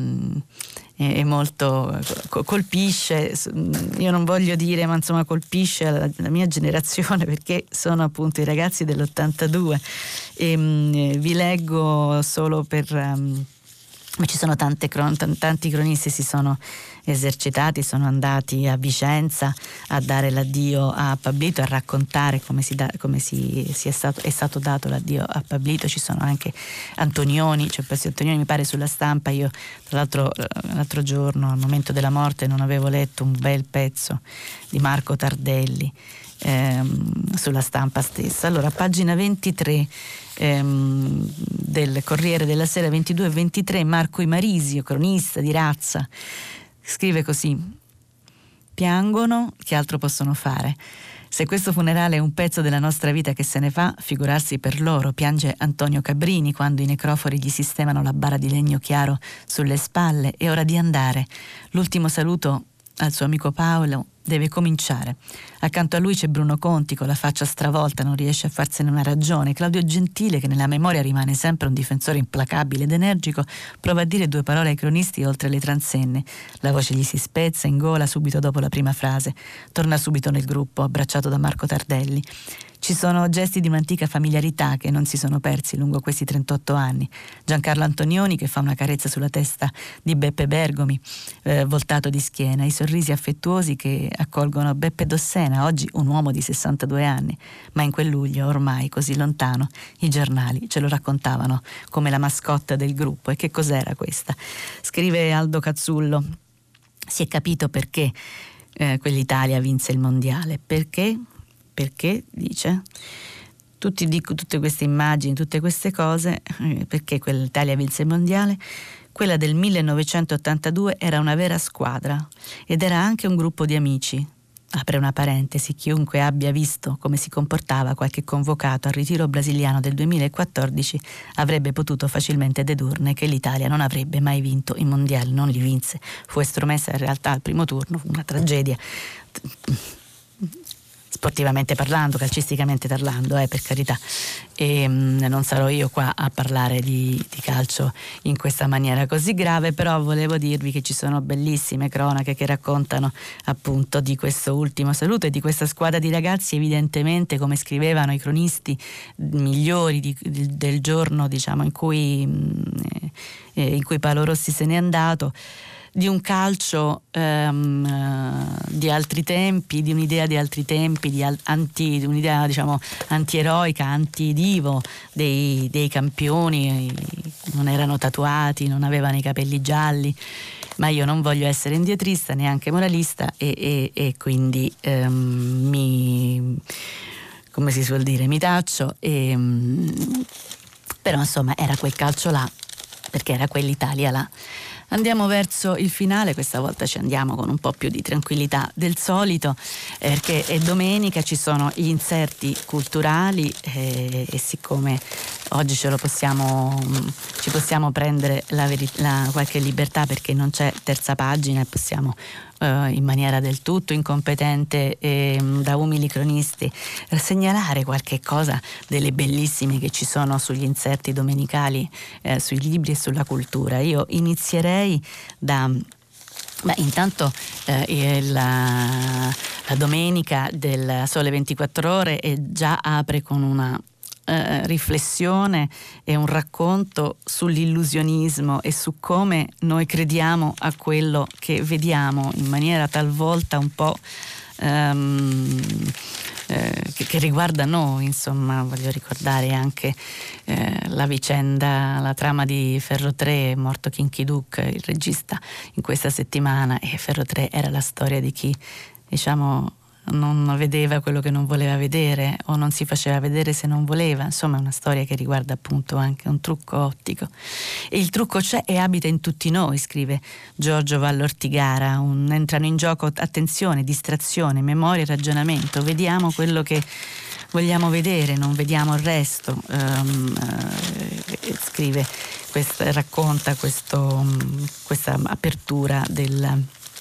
è molto colpisce. Io non voglio dire, ma insomma colpisce la, la mia generazione, perché sono appunto i ragazzi dell'ottantadue, e mh, vi leggo solo per um, ma ci sono tante cron- tanti cronisti si sono esercitati, sono andati a Vicenza a dare l'addio a Pablito, a raccontare come si, da, come si, si è, stato, è stato dato l'addio a Pablito. Ci sono anche Antonioni, cioè Persi Antonioni mi pare sulla stampa. Io tra l'altro l'altro giorno al momento della morte non avevo letto un bel pezzo di Marco Tardelli ehm, sulla stampa stessa. Allora, pagina ventitré ehm, del Corriere della Sera, ventidue e ventitré, Marco Imarisio, cronista di razza, scrive così: piangono, che altro possono fare? Se questo funerale è un pezzo della nostra vita che se ne fa, figurarsi per loro, piange Antonio Cabrini quando i necrofori gli sistemano la bara di legno chiaro sulle spalle. È ora di andare. L'ultimo saluto al suo amico Paolo deve cominciare. Accanto a lui c'è Bruno Conti con la faccia stravolta, non riesce a farsene una ragione. Claudio Gentile, che nella memoria rimane sempre un difensore implacabile ed energico, prova a dire due parole ai cronisti oltre le transenne. La voce gli si spezza in gola subito dopo la prima frase. Torna subito nel gruppo, abbracciato da Marco Tardelli. Ci sono gesti di un'antica familiarità che non si sono persi lungo questi trentotto anni. Giancarlo Antonioni che fa una carezza sulla testa di Beppe Bergomi, eh, voltato di schiena, i sorrisi affettuosi che accolgono Beppe Dossena, oggi un uomo di sessantadue anni, ma in quel luglio ormai così lontano i giornali ce lo raccontavano come la mascotte del gruppo. E che cos'era questa? Scrive Aldo Cazzullo: si è capito perché eh, quell'Italia vinse il mondiale. Perché? Perché, dice, tutti dico tutte queste immagini, tutte queste cose, eh, perché quell'Italia vinse il mondiale? Quella del millenovecentottantadue era una vera squadra ed era anche un gruppo di amici. Apre una parentesi, chiunque abbia visto come si comportava qualche convocato al ritiro brasiliano del duemilaquattordici avrebbe potuto facilmente dedurne che l'Italia non avrebbe mai vinto i mondiali, non li vinse. Fu estromessa in realtà al primo turno, fu una tragedia. Sportivamente parlando, calcisticamente parlando, eh, per carità. E mh, non sarò io qua a parlare di, di calcio in questa maniera così grave, però volevo dirvi che ci sono bellissime cronache che raccontano appunto di questo ultimo saluto e di questa squadra di ragazzi, evidentemente, come scrivevano i cronisti migliori di, di, del giorno, diciamo, in cui, mh, eh, in cui Paolo Rossi se n'è andato, di un calcio um, di altri tempi, di un'idea di altri tempi, di, al- anti, di un'idea diciamo antieroica, antidivo dei, dei campioni. Non erano tatuati, non avevano i capelli gialli, ma io non voglio essere indietrista neanche moralista e, e, e quindi um, mi, come si suol dire, mi taccio e, um, però insomma era quel calcio là, perché era quell'Italia là. Andiamo verso il finale, questa volta ci andiamo con un po' più di tranquillità del solito, perché è domenica, ci sono gli inserti culturali e, e siccome oggi ce lo possiamo, ci possiamo prendere la veri- la, qualche libertà perché non c'è terza pagina e possiamo Uh, in maniera del tutto incompetente e um, da umili cronisti segnalare qualche cosa delle bellissime che ci sono sugli inserti domenicali, eh, sui libri e sulla cultura. Io inizierei da Beh, intanto eh, la, la domenica del Sole ventiquattro Ore e già apre con una Eh, riflessione e un racconto sull'illusionismo e su come noi crediamo a quello che vediamo in maniera talvolta un po' ehm, eh, che, che riguarda noi. Insomma, voglio ricordare anche eh, la vicenda, la trama di Ferro tre, morto Kinky Duke, il regista, in questa settimana, e Ferro tre era la storia di chi, diciamo, non vedeva quello che non voleva vedere o non si faceva vedere se non voleva. Insomma, è una storia che riguarda appunto anche un trucco ottico, e il trucco c'è e abita in tutti noi, scrive Giorgio Vallortigara. Un, entrano in gioco attenzione, distrazione, memoria e ragionamento. Vediamo quello che vogliamo vedere, non vediamo il resto. Um, uh, scrive questa, racconta questo, um, questa apertura del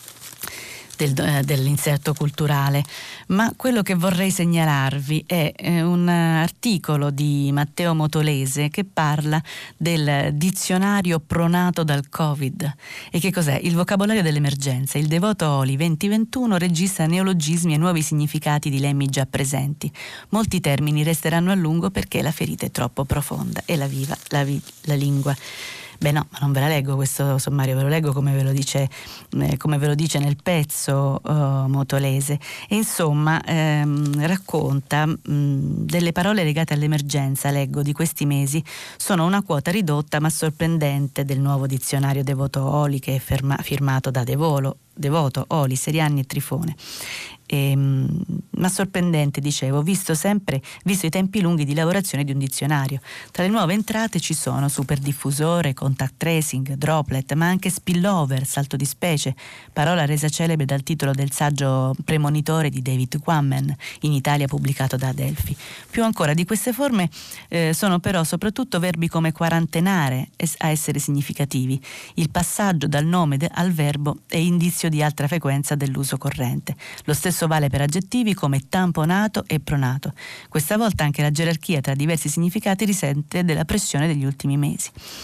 Del, dell'inserto culturale. Ma quello che vorrei segnalarvi è eh, un articolo di Matteo Motolese che parla del dizionario pronato dal Covid. E che cos'è? Il vocabolario dell'emergenza. Il Devoto Oli venti ventuno registra neologismi e nuovi significati di lemmi già presenti. Molti termini resteranno a lungo perché la ferita è troppo profonda e la viva la, vi, la lingua. Beh no, ma non ve la leggo questo sommario, ve lo leggo come ve lo dice, eh, come ve lo dice nel pezzo uh, Motolese. E insomma ehm, racconta mh, delle parole legate all'emergenza, leggo, di questi mesi. Sono una quota ridotta ma sorprendente del nuovo dizionario Devoto Oli, che è ferma, firmato da Devolo, Devoto, Oli, Seriani e Trifone. E, ma sorprendente, dicevo, visto sempre visto i tempi lunghi di lavorazione di un dizionario. Tra le nuove entrate ci sono superdiffusore, contact tracing, droplet, ma anche spillover, salto di specie, parola resa celebre dal titolo del saggio premonitore di David Quammen, in Italia pubblicato da Adelphi. Più ancora di queste forme eh, sono però soprattutto verbi come quarantenare a essere significativi. Il passaggio dal nome de- al verbo è indizio di altra frequenza dell'uso corrente. Lo stesso vale per aggettivi come tamponato e pronato. Questa volta anche la gerarchia tra diversi significati risente della pressione degli ultimi mesi.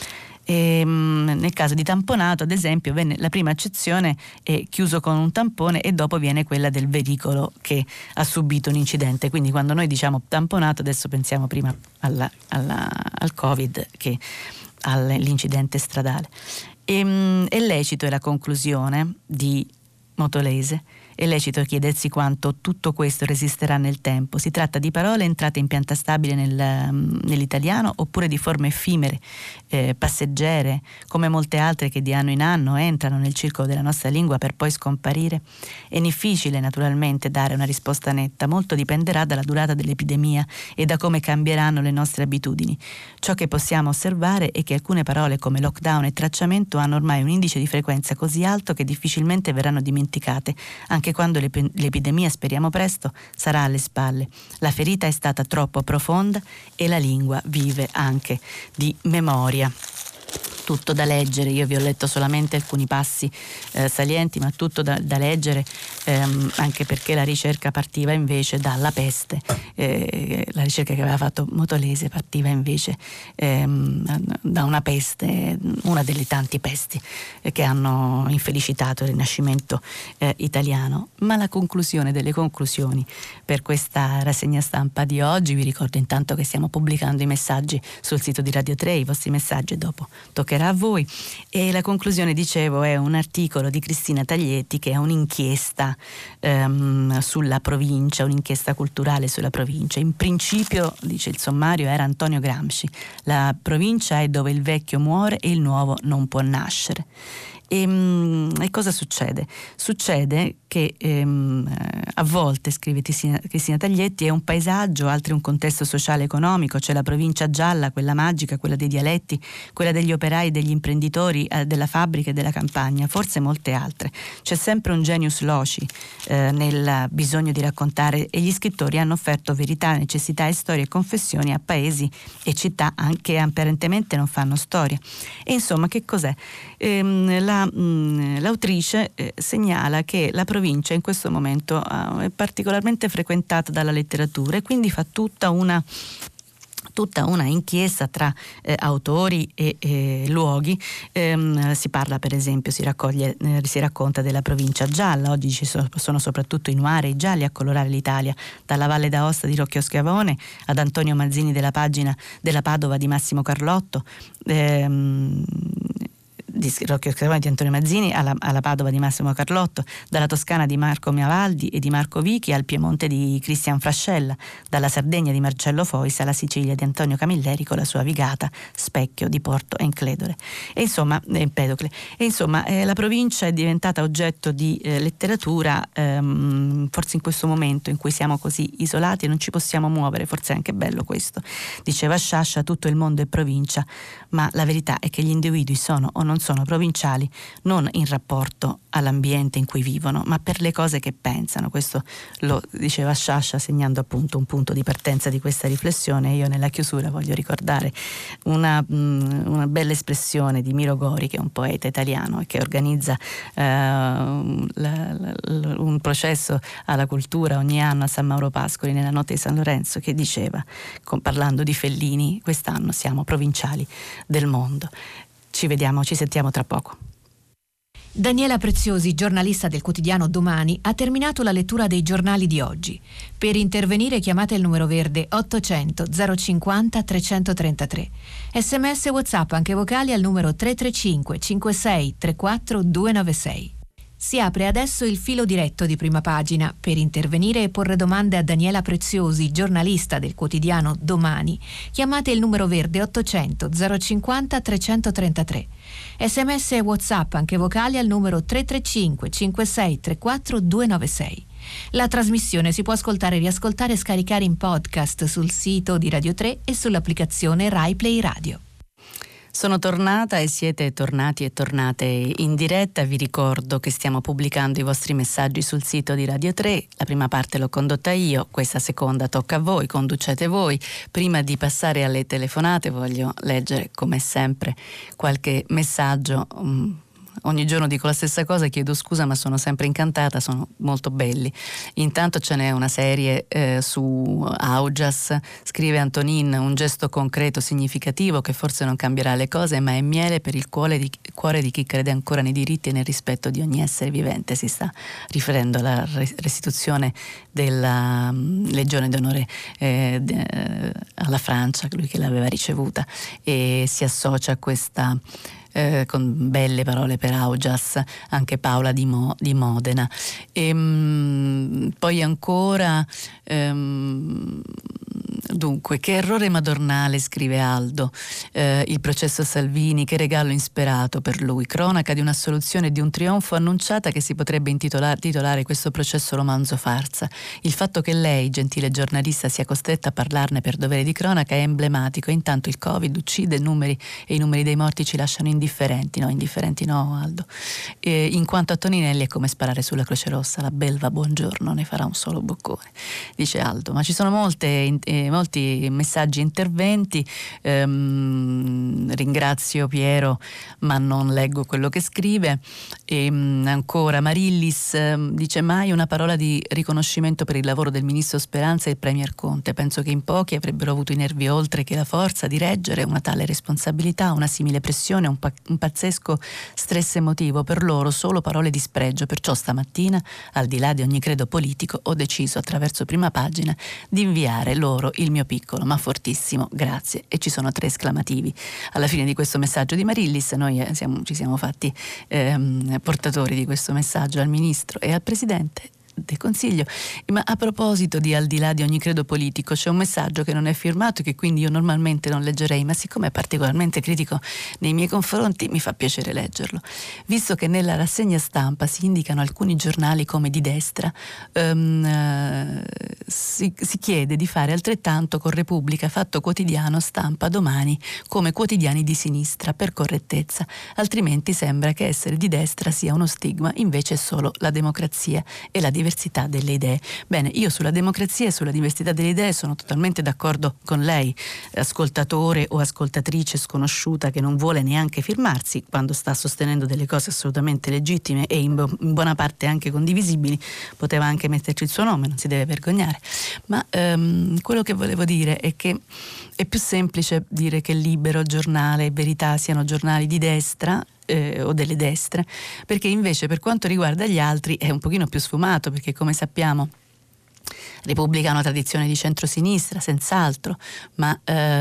E, mh, nel caso di tamponato, ad esempio, venne, la prima accezione è chiuso con un tampone e dopo viene quella del veicolo che ha subito un incidente. Quindi quando noi diciamo tamponato adesso pensiamo prima alla, alla, al Covid che all'incidente stradale. E, mh, è lecito, è la conclusione di Motolese, è lecito chiedersi quanto tutto questo resisterà nel tempo. Si tratta di parole entrate in pianta stabile nel, nell'italiano oppure di forme effimere, eh, passeggere, come molte altre che di anno in anno entrano nel circolo della nostra lingua per poi scomparire? È difficile naturalmente dare una risposta netta, molto dipenderà dalla durata dell'epidemia e da come cambieranno le nostre abitudini. Ciò che possiamo osservare è che alcune parole come lockdown e tracciamento hanno ormai un indice di frequenza così alto che difficilmente verranno dimenticate, anche quando l'epidemia, speriamo presto, sarà alle spalle. La ferita è stata troppo profonda e la lingua vive anche di memoria. Tutto da leggere, io vi ho letto solamente alcuni passi eh, salienti, ma tutto da, da leggere, ehm, anche perché la ricerca partiva invece dalla peste, eh, la ricerca che aveva fatto Motolese partiva invece ehm, da una peste, una delle tanti pesti eh, che hanno infelicitato il Rinascimento eh, italiano. Ma la conclusione delle conclusioni per questa rassegna stampa di oggi, vi ricordo intanto che stiamo pubblicando i messaggi sul sito di Radio tre, i vostri messaggi, dopo toccherà a voi, e la conclusione, dicevo, è un articolo di Cristina Taglietti che è un'inchiesta ehm, sulla provincia, un'inchiesta culturale sulla provincia. In principio, dice il sommario, era Antonio Gramsci: la provincia è dove il vecchio muore e il nuovo non può nascere. E, e cosa succede? Succede che ehm, a volte, scrive Cristina Taglietti, è un paesaggio, altri un contesto sociale economico. C'è la provincia gialla, quella magica, quella dei dialetti, quella degli operai, degli imprenditori, eh, della fabbrica e della campagna, forse molte altre. C'è sempre un genius loci eh, nel bisogno di raccontare, e gli scrittori hanno offerto verità, necessità e storie e confessioni a paesi e città che apparentemente non fanno storia. E insomma, che cos'è? Ehm, la L'autrice eh, segnala che la provincia in questo momento eh, è particolarmente frequentata dalla letteratura e quindi fa tutta una tutta una inchiesta tra eh, autori e eh, luoghi. Ehm, si parla, per esempio, si raccoglie, eh, si racconta della provincia gialla. Oggi ci sono, sono soprattutto i noir e i gialli a colorare l'Italia, dalla Valle d'Aosta di Rocchio Schiavone ad Antonio Mazzini della pagina della Padova di Massimo Carlotto, ehm, di Rocchio Schiavone di Antonio Mazzini alla, alla Padova di Massimo Carlotto, dalla Toscana di Marco Miavaldi e di Marco Vichi al Piemonte di Cristian Frascella, dalla Sardegna di Marcello Fois alla Sicilia di Antonio Camilleri con la sua Vigata, Specchio di Porto Encledore. E insomma, eh, Empedocle. E insomma eh, la provincia è diventata oggetto di eh, letteratura, ehm, forse in questo momento in cui siamo così isolati e non ci possiamo muovere, forse è anche bello questo. Diceva Sciascia: tutto il mondo è provincia, ma la verità è che gli individui sono o non sono provinciali non in rapporto all'ambiente in cui vivono, ma per le cose che pensano. Questo lo diceva Sciascia, segnando appunto un punto di partenza di questa riflessione. Io nella chiusura voglio ricordare una, una bella espressione di Miro Gori, che è un poeta italiano e che organizza eh, la, la, un processo alla cultura ogni anno a San Mauro Pascoli nella notte di San Lorenzo, che diceva, con, parlando di Fellini: quest'anno siamo provinciali del mondo. Ci vediamo, ci sentiamo tra poco. Daniela Preziosi, giornalista del quotidiano Domani, ha terminato la lettura dei giornali di oggi. Per intervenire chiamate il numero verde ottocento zero cinquanta trecentotrentatré. Sms e WhatsApp anche vocali al numero tre tre cinque cinque sei tre quattro due nove sei. Si apre adesso il filo diretto di Prima Pagina. Per intervenire e porre domande a Daniela Preziosi, giornalista del quotidiano Domani, chiamate il numero verde ottocento zero cinquanta trecentotrentatré. Sms e WhatsApp anche vocali al numero tre tre cinque cinque sei tre quattro due nove sei. La trasmissione si può ascoltare, riascoltare e scaricare in podcast sul sito di Radio tre e sull'applicazione Rai Play Radio. Sono tornata e siete tornati e tornate in diretta. Vi ricordo che stiamo pubblicando i vostri messaggi sul sito di Radio tre. La prima parte l'ho condotta io, questa seconda tocca a voi, conducete voi. Prima di passare alle telefonate voglio leggere, come sempre, qualche messaggio um, ogni giorno dico la stessa cosa, chiedo scusa, ma sono sempre incantata, sono molto belli. Intanto ce n'è una serie eh, su Augias, scrive Antonin, un gesto concreto, significativo, che forse non cambierà le cose, ma è miele per il cuore di, cuore di chi crede ancora nei diritti e nel rispetto di ogni essere vivente. Si sta riferendo alla restituzione della um, Legione d'Onore eh, de, eh, alla Francia, lui che l'aveva ricevuta, e si associa a questa Eh, con belle parole per Augias anche Paola di, Mo, di Modena. E, mh, poi ancora ehm, dunque, che errore madornale, scrive Aldo, eh, il processo Salvini, che regalo insperato per lui, cronaca di un'assoluzione e di un trionfo annunciata che si potrebbe intitolare, titolare questo processo romanzo farsa. Il fatto che lei, gentile giornalista, sia costretta a parlarne per dovere di cronaca è emblematico, e intanto il Covid uccide numeri e i numeri dei morti ci lasciano indifferenti, no, indifferenti no Aldo. E in quanto a Toninelli è come sparare sulla Croce Rossa, la belva buongiorno ne farà un solo boccone, dice Aldo. Ma ci sono molte, eh, molti messaggi, interventi, ehm, ringrazio Piero ma non leggo quello che scrive. E mh, ancora Marillis eh, dice: mai una parola di riconoscimento per il lavoro del ministro Speranza e il premier Conte, penso che in pochi avrebbero avuto i nervi oltre che la forza di reggere una tale responsabilità, una simile pressione, un, pa- un pazzesco stress emotivo. Per loro solo parole di spregio, perciò stamattina, al di là di ogni credo politico, ho deciso attraverso Prima Pagina di inviare loro il mio piccolo ma fortissimo grazie, e ci sono tre esclamativi alla fine di questo messaggio di Marillis. Noi eh, siamo, ci siamo fatti ehm, portatori di questo messaggio al Ministro e al Presidente del Consiglio. Ma a proposito di al di là di ogni credo politico, c'è un messaggio che non è firmato e che quindi io normalmente non leggerei, ma siccome è particolarmente critico nei miei confronti mi fa piacere leggerlo. Visto che nella rassegna stampa si indicano alcuni giornali come di destra, um, uh, si, si chiede di fare altrettanto con Repubblica, Fatto Quotidiano, Stampa, Domani come quotidiani di sinistra, per correttezza, altrimenti sembra che essere di destra sia uno stigma, invece è solo la democrazia e la diversità delle idee. Bene, io sulla democrazia e sulla diversità delle idee sono totalmente d'accordo con lei, ascoltatore o ascoltatrice sconosciuta che non vuole neanche firmarsi quando sta sostenendo delle cose assolutamente legittime e in, bo- in buona parte anche condivisibili. Poteva anche metterci il suo nome, non si deve vergognare. Ma ehm, quello che volevo dire è che è più semplice dire che Libero, Giornale e Verità siano giornali di destra Eh, o delle destre, perché invece per quanto riguarda gli altri è un pochino più sfumato, perché come sappiamo Repubblica ha una tradizione di centrosinistra, senz'altro, ma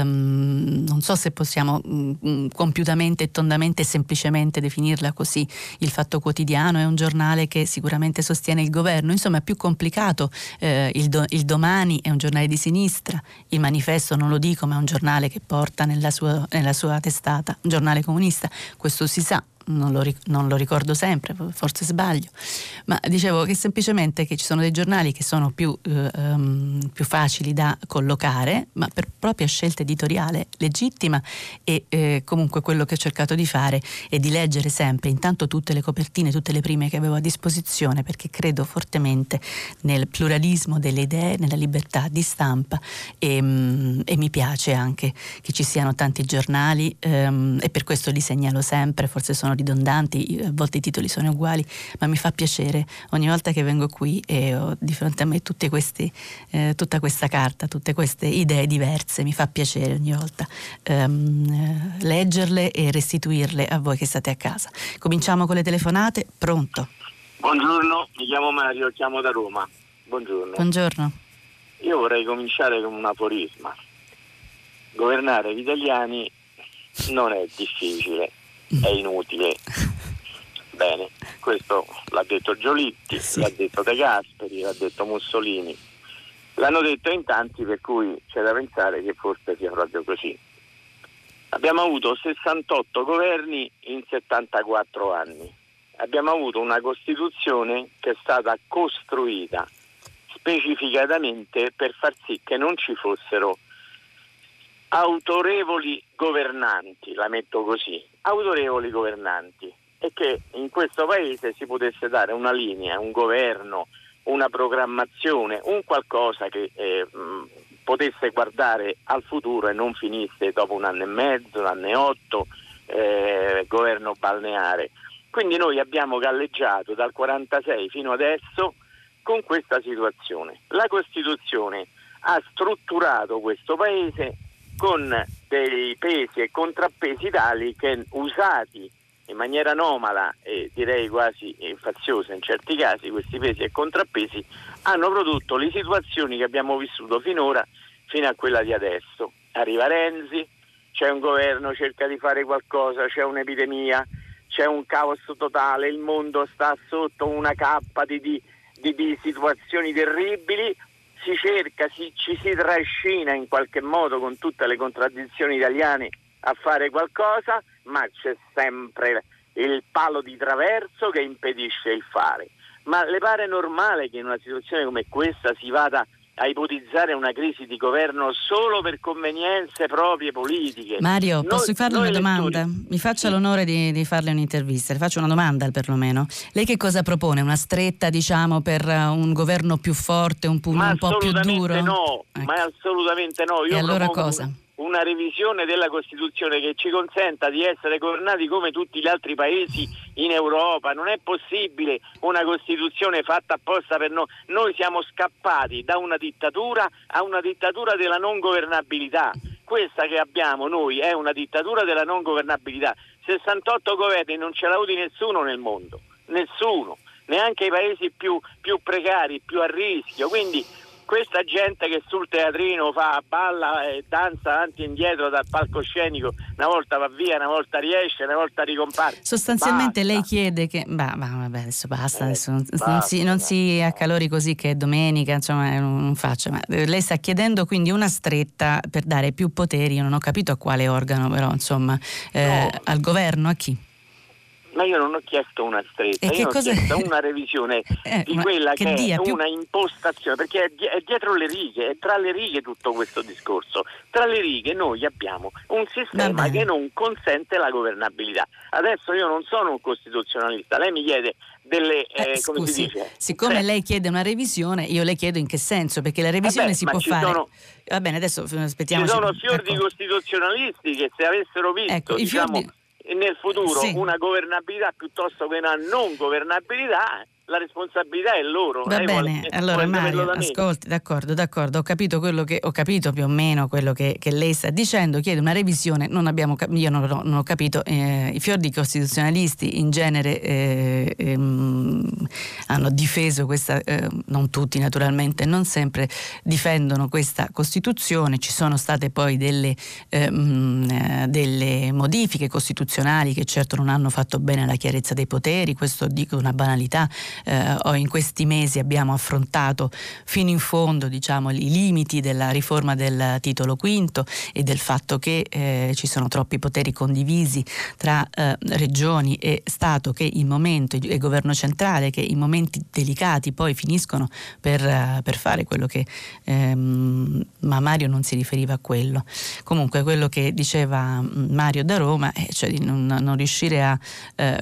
ehm, non so se possiamo mh, compiutamente e tondamente e semplicemente definirla così. Il Fatto Quotidiano è un giornale che sicuramente sostiene il governo, insomma è più complicato. Eh, il, do, il Domani è un giornale di sinistra, il Manifesto non lo dico, ma è un giornale che porta nella sua, nella sua testata un giornale comunista, questo si sa. Non lo, non lo ricordo sempre, forse sbaglio, ma dicevo che semplicemente che ci sono dei giornali che sono più, eh, um, più facili da collocare, ma per propria scelta editoriale legittima, e eh, comunque quello che ho cercato di fare è di leggere sempre intanto tutte le copertine, tutte le prime che avevo a disposizione, perché credo fortemente nel pluralismo delle idee, nella libertà di stampa, e, um, e mi piace anche che ci siano tanti giornali, um, e per questo li segnalo sempre, forse sono ridondanti, a volte i titoli sono uguali, ma mi fa piacere ogni volta che vengo qui e ho di fronte a me tutti questi, eh, tutta questa carta, tutte queste idee diverse, mi fa piacere ogni volta um, leggerle e restituirle a voi che state a casa. Cominciamo con le telefonate. Pronto? Buongiorno, mi chiamo Mario, chiamo da Roma. Buongiorno. Buongiorno. Io vorrei cominciare con un aforisma. Governare gli italiani non è difficile, è inutile. Bene, questo l'ha detto Giolitti, sì. L'ha detto De Gasperi, l'ha detto Mussolini, l'hanno detto in tanti, per cui c'è da pensare che forse sia proprio così. Abbiamo avuto sessantotto governi in settantaquattro anni, abbiamo avuto una Costituzione che è stata costruita specificatamente per far sì che non ci fossero autorevoli governanti, la metto così, autorevoli governanti, e che in questo paese si potesse dare una linea, un governo, una programmazione, un qualcosa che eh, mh, potesse guardare al futuro e non finisse dopo un anno e mezzo, un anno e otto, eh, governo balneare. Quindi noi abbiamo galleggiato dal quarantasei fino adesso con questa situazione. La Costituzione ha strutturato questo paese con dei pesi e contrappesi tali che, usati in maniera anomala e direi quasi faziosa in certi casi, questi pesi e contrappesi hanno prodotto le situazioni che abbiamo vissuto finora fino a quella di adesso. Arriva Renzi, c'è un governo, cerca di fare qualcosa, c'è un'epidemia, c'è un caos totale, il mondo sta sotto una cappa di, di, di, di situazioni terribili, si cerca, si, ci si trascina in qualche modo con tutte le contraddizioni italiane a fare qualcosa, ma c'è sempre il palo di traverso che impedisce il fare. Ma le pare normale che in una situazione come questa si vada a ipotizzare una crisi di governo solo per convenienze proprie politiche? Mario, noi, posso farle una domanda? lettori, Mi faccia sì. l'onore di, di farle un'intervista, le faccio una domanda perlomeno. Lei che cosa propone? Una stretta, diciamo, per un governo più forte, un, pu- un po' più duro? No, ecco. Ma assolutamente no. Io e allora propongo cosa? una revisione della Costituzione che ci consenta di essere governati come tutti gli altri paesi in Europa. Non è possibile una Costituzione fatta apposta per noi. Noi siamo scappati da una dittatura a una dittatura della non governabilità. Questa che abbiamo noi è una dittatura della non governabilità. sessantotto governi non ce l'ha avuti nessuno nel mondo, nessuno, neanche i paesi più, più precari, più a rischio. Quindi questa gente che sul teatrino fa, balla e danza avanti e indietro dal palcoscenico, una volta va via, una volta riesce, una volta ricompare. Sostanzialmente basta. lei chiede che, bah, bah, vabbè, adesso basta, Eh, adesso non, basta, non si, non si basta. accalori così che è domenica, insomma, non, non faccia. Ma lei sta chiedendo quindi una stretta per dare più poteri, io non ho capito a quale organo, però, insomma, eh, No. al governo, a chi? Ma io non ho chiesto una stretta, E che io ho cosa- chiesto una revisione Eh, di ma quella che che, dia è più- una impostazione, perché è, di- è dietro le righe, è tra le righe tutto questo discorso. Tra le righe noi abbiamo un sistema bene. che non consente la governabilità. Adesso io non sono un costituzionalista, lei mi chiede delle, eh, Eh, come si scusi, dice? siccome Cioè, lei chiede una revisione, io le chiedo in che senso, perché la revisione vabbè, si ma può ci fare. sono- Va bene, adesso Ci aspettiamo. sono fior di costituzionalisti che se avessero visto, Ecco, i fior diciamo, di- nel futuro Sì. una governabilità piuttosto che una non governabilità, la responsabilità è loro. Va Lei bene, vuole- allora vuole saperlo Mario, da me? ascolti, d'accordo, d'accordo, ho capito quello che ho capito più o meno quello che, che lei sta dicendo, chiede una revisione, non abbiamo cap- io non, ho- non ho capito, eh, i fior di costituzionalisti in genere eh, ehm, hanno difeso questa, eh, non tutti naturalmente, non sempre difendono questa Costituzione, ci sono state poi delle, ehm, eh, delle modifiche costituzionali che certo non hanno fatto bene alla chiarezza dei poteri, questo dico una banalità. Eh, o in questi mesi abbiamo affrontato fino in fondo, diciamo, i limiti della riforma del titolo quinto e del fatto che eh, ci sono troppi poteri condivisi tra eh, regioni e Stato che in momento e governo centrale che in momenti delicati poi finiscono per, uh, per fare quello che ehm, ma Mario non si riferiva a quello. Comunque quello che diceva Mario da Roma è cioè di non, non riuscire a eh,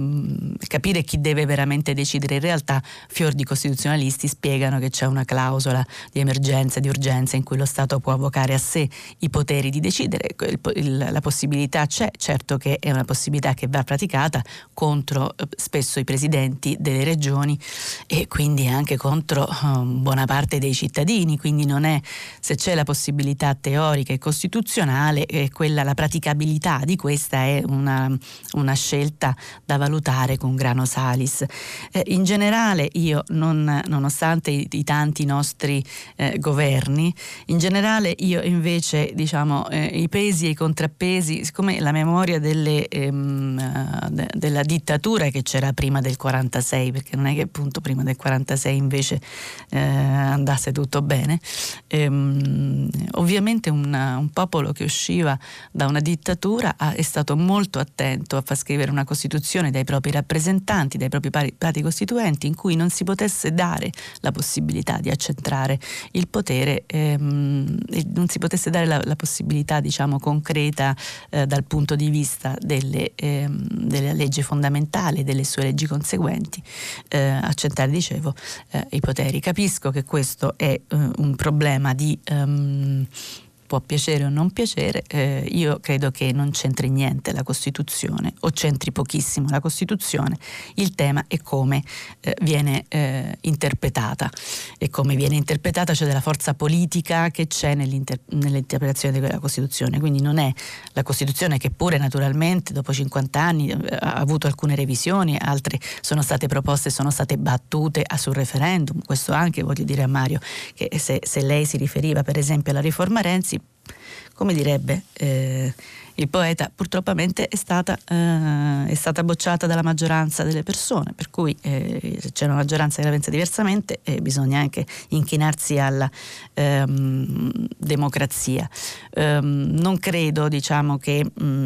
capire chi deve veramente decidere. In realtà fior di costituzionalisti spiegano che c'è una clausola di emergenza, di urgenza in cui lo Stato può avvocare a sé i poteri di decidere. Il, il, la possibilità c'è, certo che è una possibilità che va praticata contro eh, spesso i presidenti delle regioni e quindi anche contro eh, buona parte dei cittadini, quindi non è, se c'è la possibilità teorica e costituzionale, eh, quella, la praticabilità di questa è una, una scelta da valutare con grano salis. Eh, in generale io, non, nonostante i, i tanti nostri eh, governi, in generale io invece diciamo eh, i pesi e i contrappesi, siccome la memoria delle, ehm, de, della dittatura che c'era prima del quarantasei, perché non è che appunto prima del quarantasei invece eh, andasse tutto bene, ehm, ovviamente un, un popolo che usciva da una dittatura ha, è stato molto attento a far scrivere una Costituzione dai propri rappresentanti, dai propri pari, pari costituenti, in cui non si potesse dare la possibilità di accentrare il potere, ehm, e non si potesse dare la, la possibilità, diciamo, concreta eh, dal punto di vista delle, ehm, della legge fondamentale, delle sue leggi conseguenti, eh, accentrare, dicevo, eh, i poteri. Capisco che questo è eh, un problema di um, può piacere o non piacere, eh, io credo che non c'entri niente la Costituzione, o c'entri pochissimo la Costituzione. Il tema è come eh, viene eh, interpretata, e come viene interpretata, cioè della forza politica che c'è nell'inter- nell'interpretazione della Costituzione. Quindi non è la Costituzione, che pure naturalmente dopo cinquanta anni ha avuto alcune revisioni, altre sono state proposte, sono state battute a sul referendum. Questo anche voglio dire a Mario, che se, se lei si riferiva per esempio alla riforma Renzi, come direbbe eh, il poeta, purtroppamente è stata, eh, è stata bocciata dalla maggioranza delle persone, per cui eh, se c'è una maggioranza che la pensa diversamente eh, bisogna anche inchinarsi alla ehm, democrazia. Um, non credo, diciamo, che,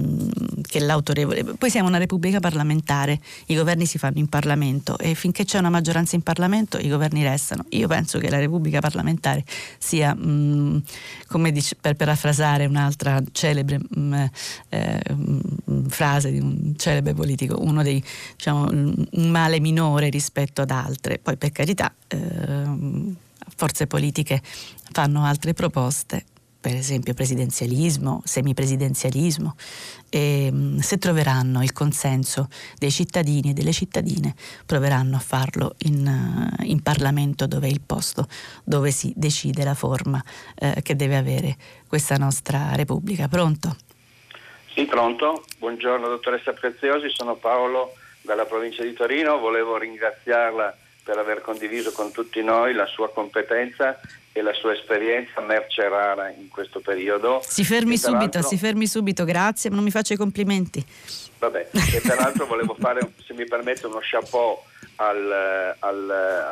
mh, che l'autorevole... Poi siamo una repubblica parlamentare, i governi si fanno in Parlamento, e finché c'è una maggioranza in Parlamento i governi restano. Io penso che la repubblica parlamentare sia, mh, come dice, per parafrasare un'altra celebre mh, eh, mh, frase di un celebre politico, uno dei, diciamo, un male minore rispetto ad altre. Poi, per carità, eh, forze politiche fanno altre proposte, per esempio presidenzialismo, semipresidenzialismo, e se troveranno il consenso dei cittadini e delle cittadine proveranno a farlo in, in Parlamento, dove è il posto dove si decide la forma eh, che deve avere questa nostra Repubblica. Pronto? Sì, pronto. Buongiorno dottoressa Preziosi, sono Paolo dalla provincia di Torino. Volevo ringraziarla per aver condiviso con tutti noi la sua competenza e la sua esperienza, merce rara in questo periodo. Si fermi subito, si fermi subito, grazie, ma non mi faccia i complimenti. Vabbè, e peraltro volevo fare, se mi permette, uno chapeau al, al,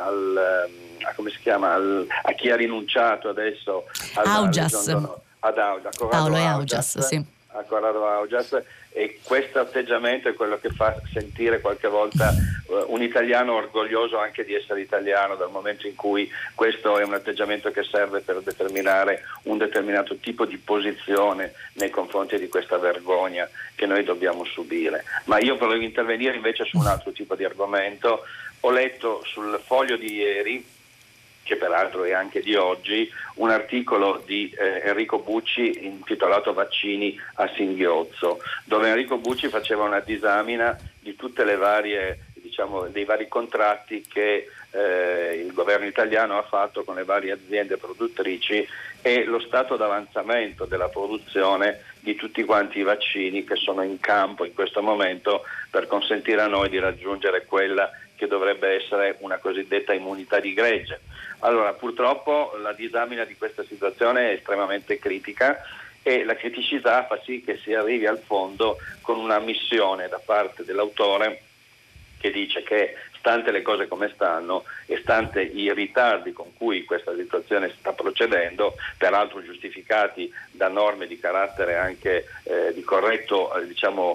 al a, come si chiama, al, a chi ha rinunciato adesso al, Augias. ad Augias, a Paolo e Augias, sì. a Corrado Augias, e questo atteggiamento è quello che fa sentire qualche volta uh, un italiano orgoglioso anche di essere italiano, dal momento in cui questo è un atteggiamento che serve per determinare un determinato tipo di posizione nei confronti di questa vergogna che noi dobbiamo subire. Ma io volevo intervenire invece su un altro tipo di argomento. Ho letto sul Foglio di ieri, che peraltro è anche di oggi, un articolo di eh, Enrico Bucci intitolato Vaccini a singhiozzo, dove Enrico Bucci faceva una disamina di tutte le varie, diciamo, dei vari contratti che eh, il governo italiano ha fatto con le varie aziende produttrici e lo stato d'avanzamento della produzione di tutti quanti i vaccini che sono in campo in questo momento per consentire a noi di raggiungere quella che dovrebbe essere una cosiddetta immunità di gregge. Allora, purtroppo la disamina di questa situazione è estremamente critica e la criticità fa sì che si arrivi al fondo con una ammissione da parte dell'autore che dice che, stante le cose come stanno e stante i ritardi con cui questa situazione sta procedendo, peraltro giustificati da norme di carattere anche eh, di corretto, eh, diciamo,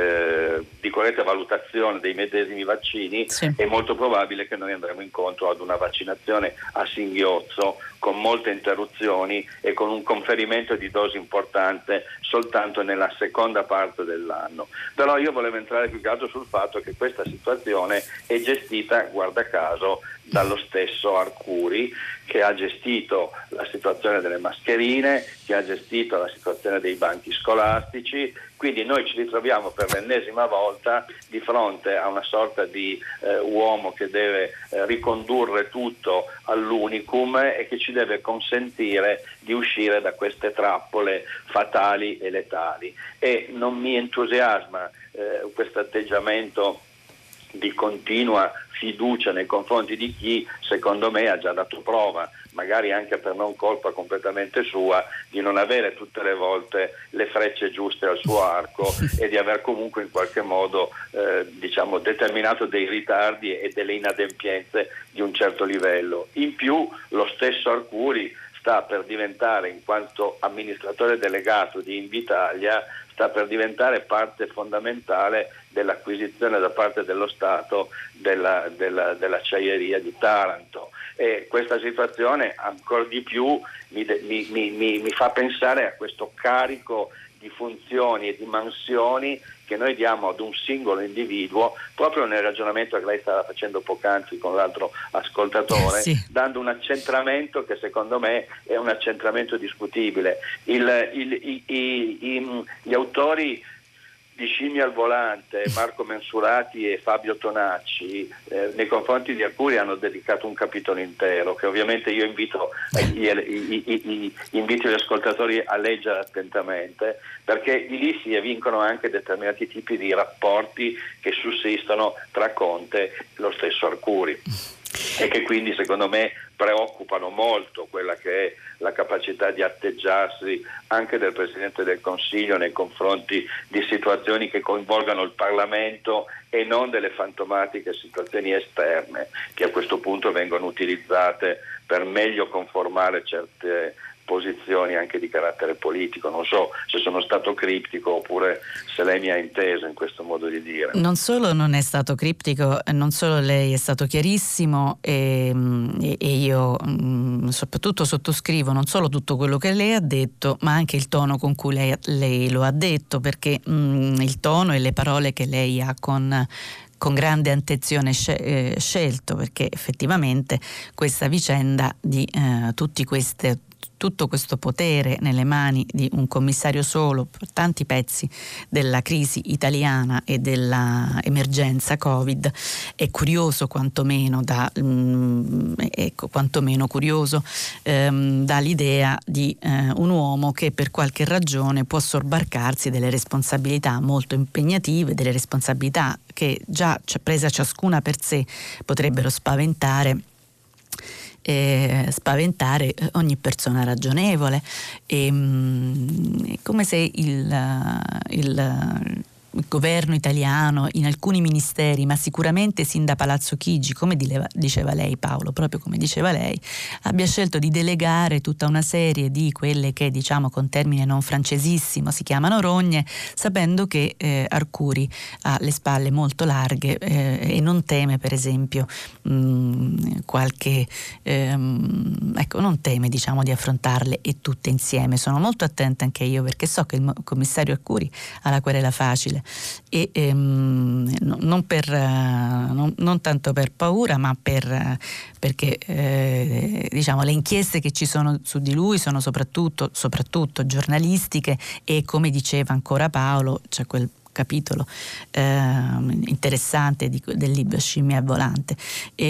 eh, di corretta valutazione dei medesimi vaccini, sì, è molto probabile che noi andremo incontro ad una vaccinazione a singhiozzo, con molte interruzioni e con un conferimento di dosi importante soltanto nella seconda parte dell'anno. Però io volevo entrare più che altro sul fatto che questa situazione è gestita, guarda caso, dallo stesso Arcuri, che ha gestito la situazione delle mascherine, che ha gestito la situazione dei banchi scolastici. Quindi noi ci ritroviamo per l'ennesima volta di fronte a una sorta di eh, uomo che deve eh, ricondurre tutto all'unicum e che ci deve consentire di uscire da queste trappole fatali e letali. E non mi entusiasma eh, questo atteggiamento di continua fiducia nei confronti di chi, secondo me, ha già dato prova, magari anche per non colpa completamente sua, di non avere tutte le volte le frecce giuste al suo arco e di aver comunque in qualche modo eh, diciamo determinato dei ritardi e delle inadempienze di un certo livello. In più lo stesso Arcuri sta per diventare, in quanto amministratore delegato di Invitalia, sta per diventare parte fondamentale dell'acquisizione da parte dello Stato della, della, dell'acciaieria di Taranto. E questa situazione ancora di più mi, mi, mi, mi fa pensare a questo carico di di funzioni e di mansioni che noi diamo ad un singolo individuo, proprio nel ragionamento che lei stava facendo poc'anzi con l'altro ascoltatore, sì. dando un accentramento che secondo me è un accentramento discutibile. Il, il, i, i, i, gli autori di Scimmie al volante, Marco Mensurati e Fabio Tonacci, eh, nei confronti di Arcuri hanno dedicato un capitolo intero, che ovviamente io invito, eh, i, i, i, invito gli ascoltatori a leggere attentamente, perché di lì si evincono anche determinati tipi di rapporti che sussistono tra Conte e lo stesso Arcuri, e che quindi secondo me preoccupano molto quella che è la capacità di atteggiarsi anche del Presidente del Consiglio nei confronti di situazioni che coinvolgano il Parlamento e non delle fantomatiche situazioni esterne che a questo punto vengono utilizzate per meglio conformare certe posizioni anche di carattere politico. Non so se sono stato criptico oppure se lei mi ha inteso in questo modo di dire. Non solo non è stato criptico, non solo lei è stato chiarissimo e, e io mh, soprattutto sottoscrivo non solo tutto quello che lei ha detto, ma anche il tono con cui lei, lei lo ha detto, perché mh, il tono e le parole che lei ha con con grande attenzione scelto, perché effettivamente questa vicenda di eh, tutti queste tutto questo potere nelle mani di un commissario solo per tanti pezzi della crisi italiana e della emergenza Covid è curioso quantomeno da mh, ecco quantomeno curioso ehm, dall'idea di eh, un uomo che per qualche ragione può sobbarcarsi delle responsabilità molto impegnative, delle responsabilità che già presa ciascuna per sé potrebbero spaventare Eh, spaventare ogni persona ragionevole. E, mh, è come se il, il, il governo italiano in alcuni ministeri, ma sicuramente sin da Palazzo Chigi, come dileva, diceva lei Paolo, proprio come diceva lei, abbia scelto di delegare tutta una serie di quelle che diciamo con termine non francesissimo si chiamano rogne, sapendo che eh, Arcuri ha le spalle molto larghe eh, e non teme per esempio mh, qualche ehm, ecco non teme diciamo di affrontarle e tutte insieme. Sono molto attenta anche io perché so che il commissario Arcuri ha la querela facile e ehm, non, per, non, non tanto per paura ma per, perché eh, diciamo le inchieste che ci sono su di lui sono soprattutto, soprattutto giornalistiche e come diceva ancora Paolo c'è quel capitolo eh, interessante di, del libro Scimmie al volante e,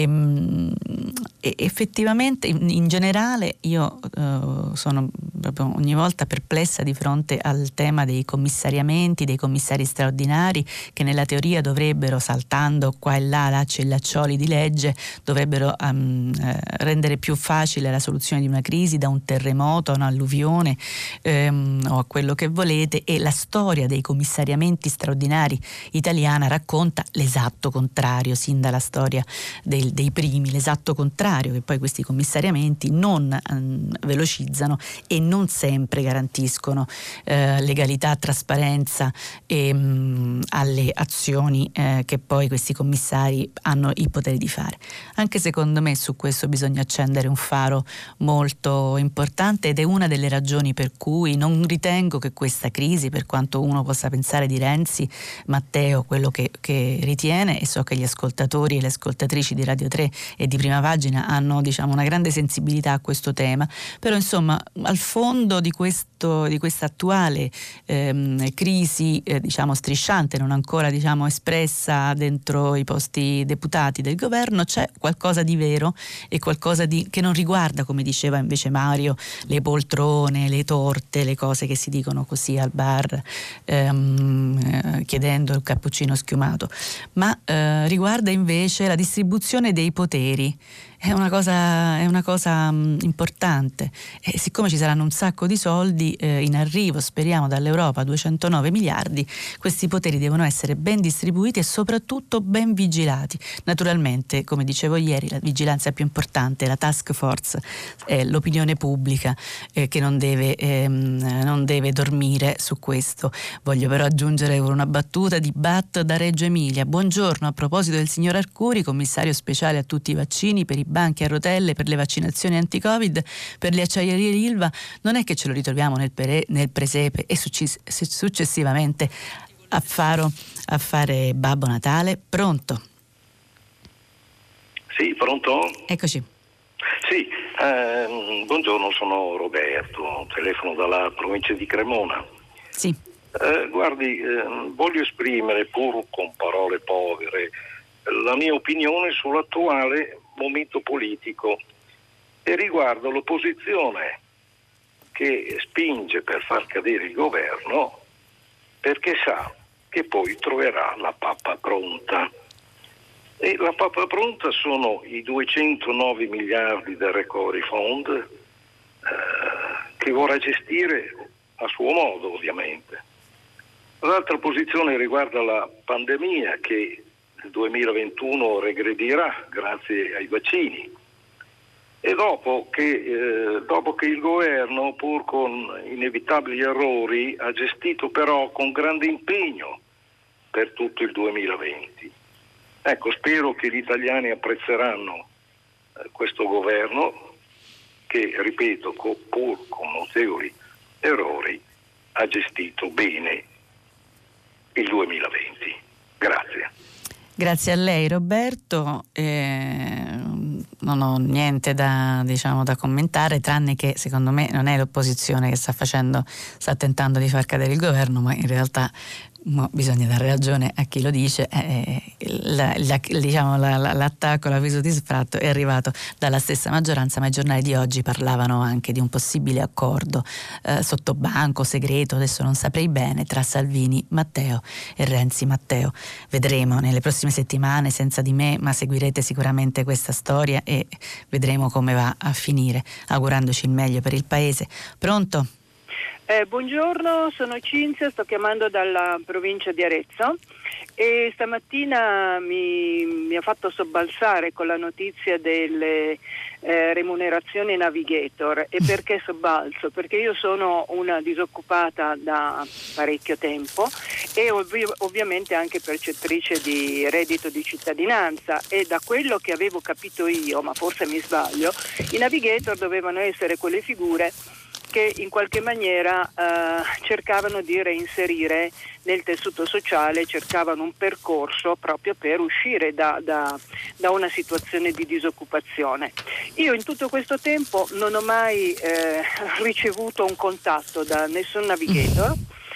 e effettivamente in, in generale io eh, sono proprio ogni volta perplessa di fronte al tema dei commissariamenti, dei commissari straordinari che nella teoria dovrebbero, saltando qua e là lacci e laccioli di legge, dovrebbero um, eh, rendere più facile la soluzione di una crisi, da un terremoto a un'alluvione ehm, o a quello che volete, e la storia dei commissariamenti straordinari italiana racconta l'esatto contrario, sin dalla storia del, dei primi, l'esatto contrario, che poi questi commissariamenti non um, velocizzano e non sempre garantiscono eh, legalità, trasparenza e, um, alle azioni eh, che poi questi commissari hanno il potere di fare. Anche secondo me su questo bisogna accendere un faro molto importante ed è una delle ragioni per cui non ritengo che questa crisi, per quanto uno possa pensare di Renzi, Matteo quello che, che ritiene, e so che gli ascoltatori e le ascoltatrici di Radio tre e di Prima Pagina hanno diciamo una grande sensibilità a questo tema, però insomma al fondo di questo di questa attuale ehm, crisi eh, diciamo strisciante, non ancora diciamo espressa dentro i posti deputati del governo, c'è qualcosa di vero e qualcosa di, che non riguarda, come diceva invece Mario, le poltrone, le torte, le cose che si dicono così al bar ehm, chiedendo il cappuccino schiumato, ma eh, riguarda invece la distribuzione dei poteri. È una cosa, è una cosa mh, importante e siccome ci saranno un sacco di soldi eh, in arrivo, speriamo dall'Europa, duecentonove miliardi, questi poteri devono essere ben distribuiti e soprattutto ben vigilati. Naturalmente, come dicevo ieri, la vigilanza più importante, la task force, è l'opinione pubblica eh, che non deve, ehm, non deve dormire su questo. Voglio però aggiungere una battuta di Bat da Reggio Emilia. Buongiorno, a proposito del signor Arcuri, commissario speciale a tutti i vaccini per i banchi a rotelle, per le vaccinazioni anti-Covid, per le acciaierie Ilva. Non è che ce lo ritroviamo nel, pere, nel presepe e successivamente a, faro, a fare Babbo Natale. Pronto? Sì, pronto? Eccoci. Sì, ehm, buongiorno, sono Roberto, telefono dalla provincia di Cremona. Sì. Eh, guardi, eh, voglio esprimere, pur con parole povere, la mia opinione sull'attuale momento politico e riguardo l'opposizione che spinge per far cadere il governo perché sa che poi troverà la pappa pronta. E la pappa pronta sono i duecentonove miliardi del Recovery Fund eh, che vorrà gestire a suo modo, ovviamente. L'altra posizione riguarda la pandemia che nel duemilaventuno regredirà grazie ai vaccini. E dopo che, eh, dopo che il governo, pur con inevitabili errori, ha gestito però con grande impegno per tutto il duemilaventi. Ecco, spero che gli italiani apprezzeranno eh, questo governo che, ripeto, co- pur con notevoli errori, ha gestito bene il duemilaventi. Grazie. Grazie a lei, Roberto. Eh, non ho niente da, diciamo, da commentare, tranne che secondo me non è l'opposizione che sta facendo, sta tentando di far cadere il governo, ma in realtà no, bisogna dare ragione a chi lo dice. Eh, la, la, diciamo, la, la, l'attacco, l'avviso di sfratto è arrivato dalla stessa maggioranza, ma i giornali di oggi parlavano anche di un possibile accordo eh, sotto banco, segreto, adesso non saprei bene, tra Salvini Matteo e Renzi Matteo. Vedremo nelle prossime settimane, senza di me, ma seguirete sicuramente questa storia e vedremo come va a finire, augurandoci il meglio per il paese. Pronto? Eh, buongiorno, sono Cinzia, sto chiamando dalla provincia di Arezzo e stamattina mi, mi ha fatto sobbalzare con la notizia delle eh, remunerazioni Navigator. E perché sobbalzo? Perché io sono una disoccupata da parecchio tempo e ov- ovviamente anche percettrice di reddito di cittadinanza, e da quello che avevo capito io, ma forse mi sbaglio, i Navigator dovevano essere quelle figure che in qualche maniera eh, cercavano di reinserire nel tessuto sociale, cercavano un percorso proprio per uscire da, da, da una situazione di disoccupazione. Io in tutto questo tempo non ho mai eh, ricevuto un contatto da nessun navigator,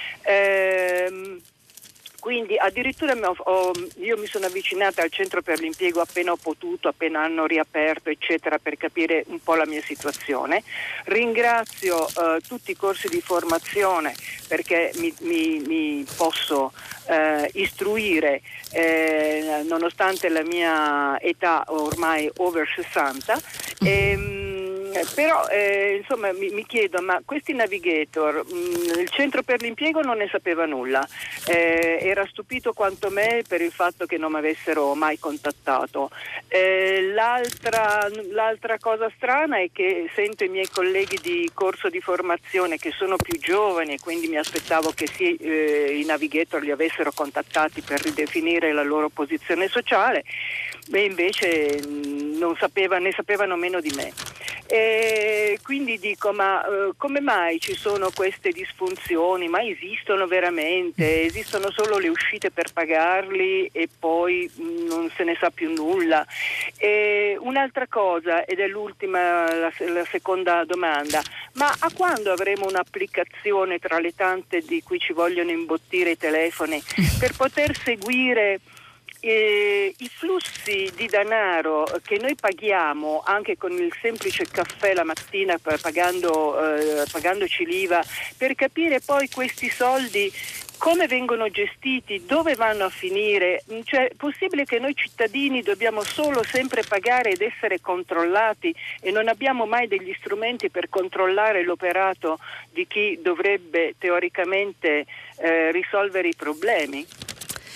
ehm, quindi addirittura ho, ho, io mi sono avvicinata al centro per l'impiego appena ho potuto, appena hanno riaperto eccetera, per capire un po' la mia situazione. Ringrazio eh, tutti i corsi di formazione perché mi, mi, mi posso eh, istruire eh, nonostante la mia età ormai over sessanta. E, però eh, insomma mi, mi chiedo, ma questi navigator, mh, il centro per l'impiego non ne sapeva nulla, eh, era stupito quanto me per il fatto che non mi avessero mai contattato. Eh, l'altra, l'altra cosa strana è che sento i miei colleghi di corso di formazione che sono più giovani e quindi mi aspettavo che sì, eh, i navigator li avessero contattati per ridefinire la loro posizione sociale, e invece mh, non sapeva, ne sapevano meno di me. E quindi dico, ma uh, come mai ci sono queste disfunzioni? Ma esistono veramente? Esistono solo le uscite per pagarli e poi mh, non se ne sa più nulla? E un'altra cosa, ed è l'ultima, la, la seconda domanda, ma a quando avremo un'applicazione tra le tante di cui ci vogliono imbottire i telefoni per poter seguire Eh, i flussi di denaro che noi paghiamo anche con il semplice caffè la mattina pagando, eh, pagandoci l'I V A, per capire poi questi soldi come vengono gestiti, dove vanno a finire? Cioè, è possibile che noi cittadini dobbiamo solo sempre pagare ed essere controllati e non abbiamo mai degli strumenti per controllare l'operato di chi dovrebbe teoricamente eh, risolvere i problemi?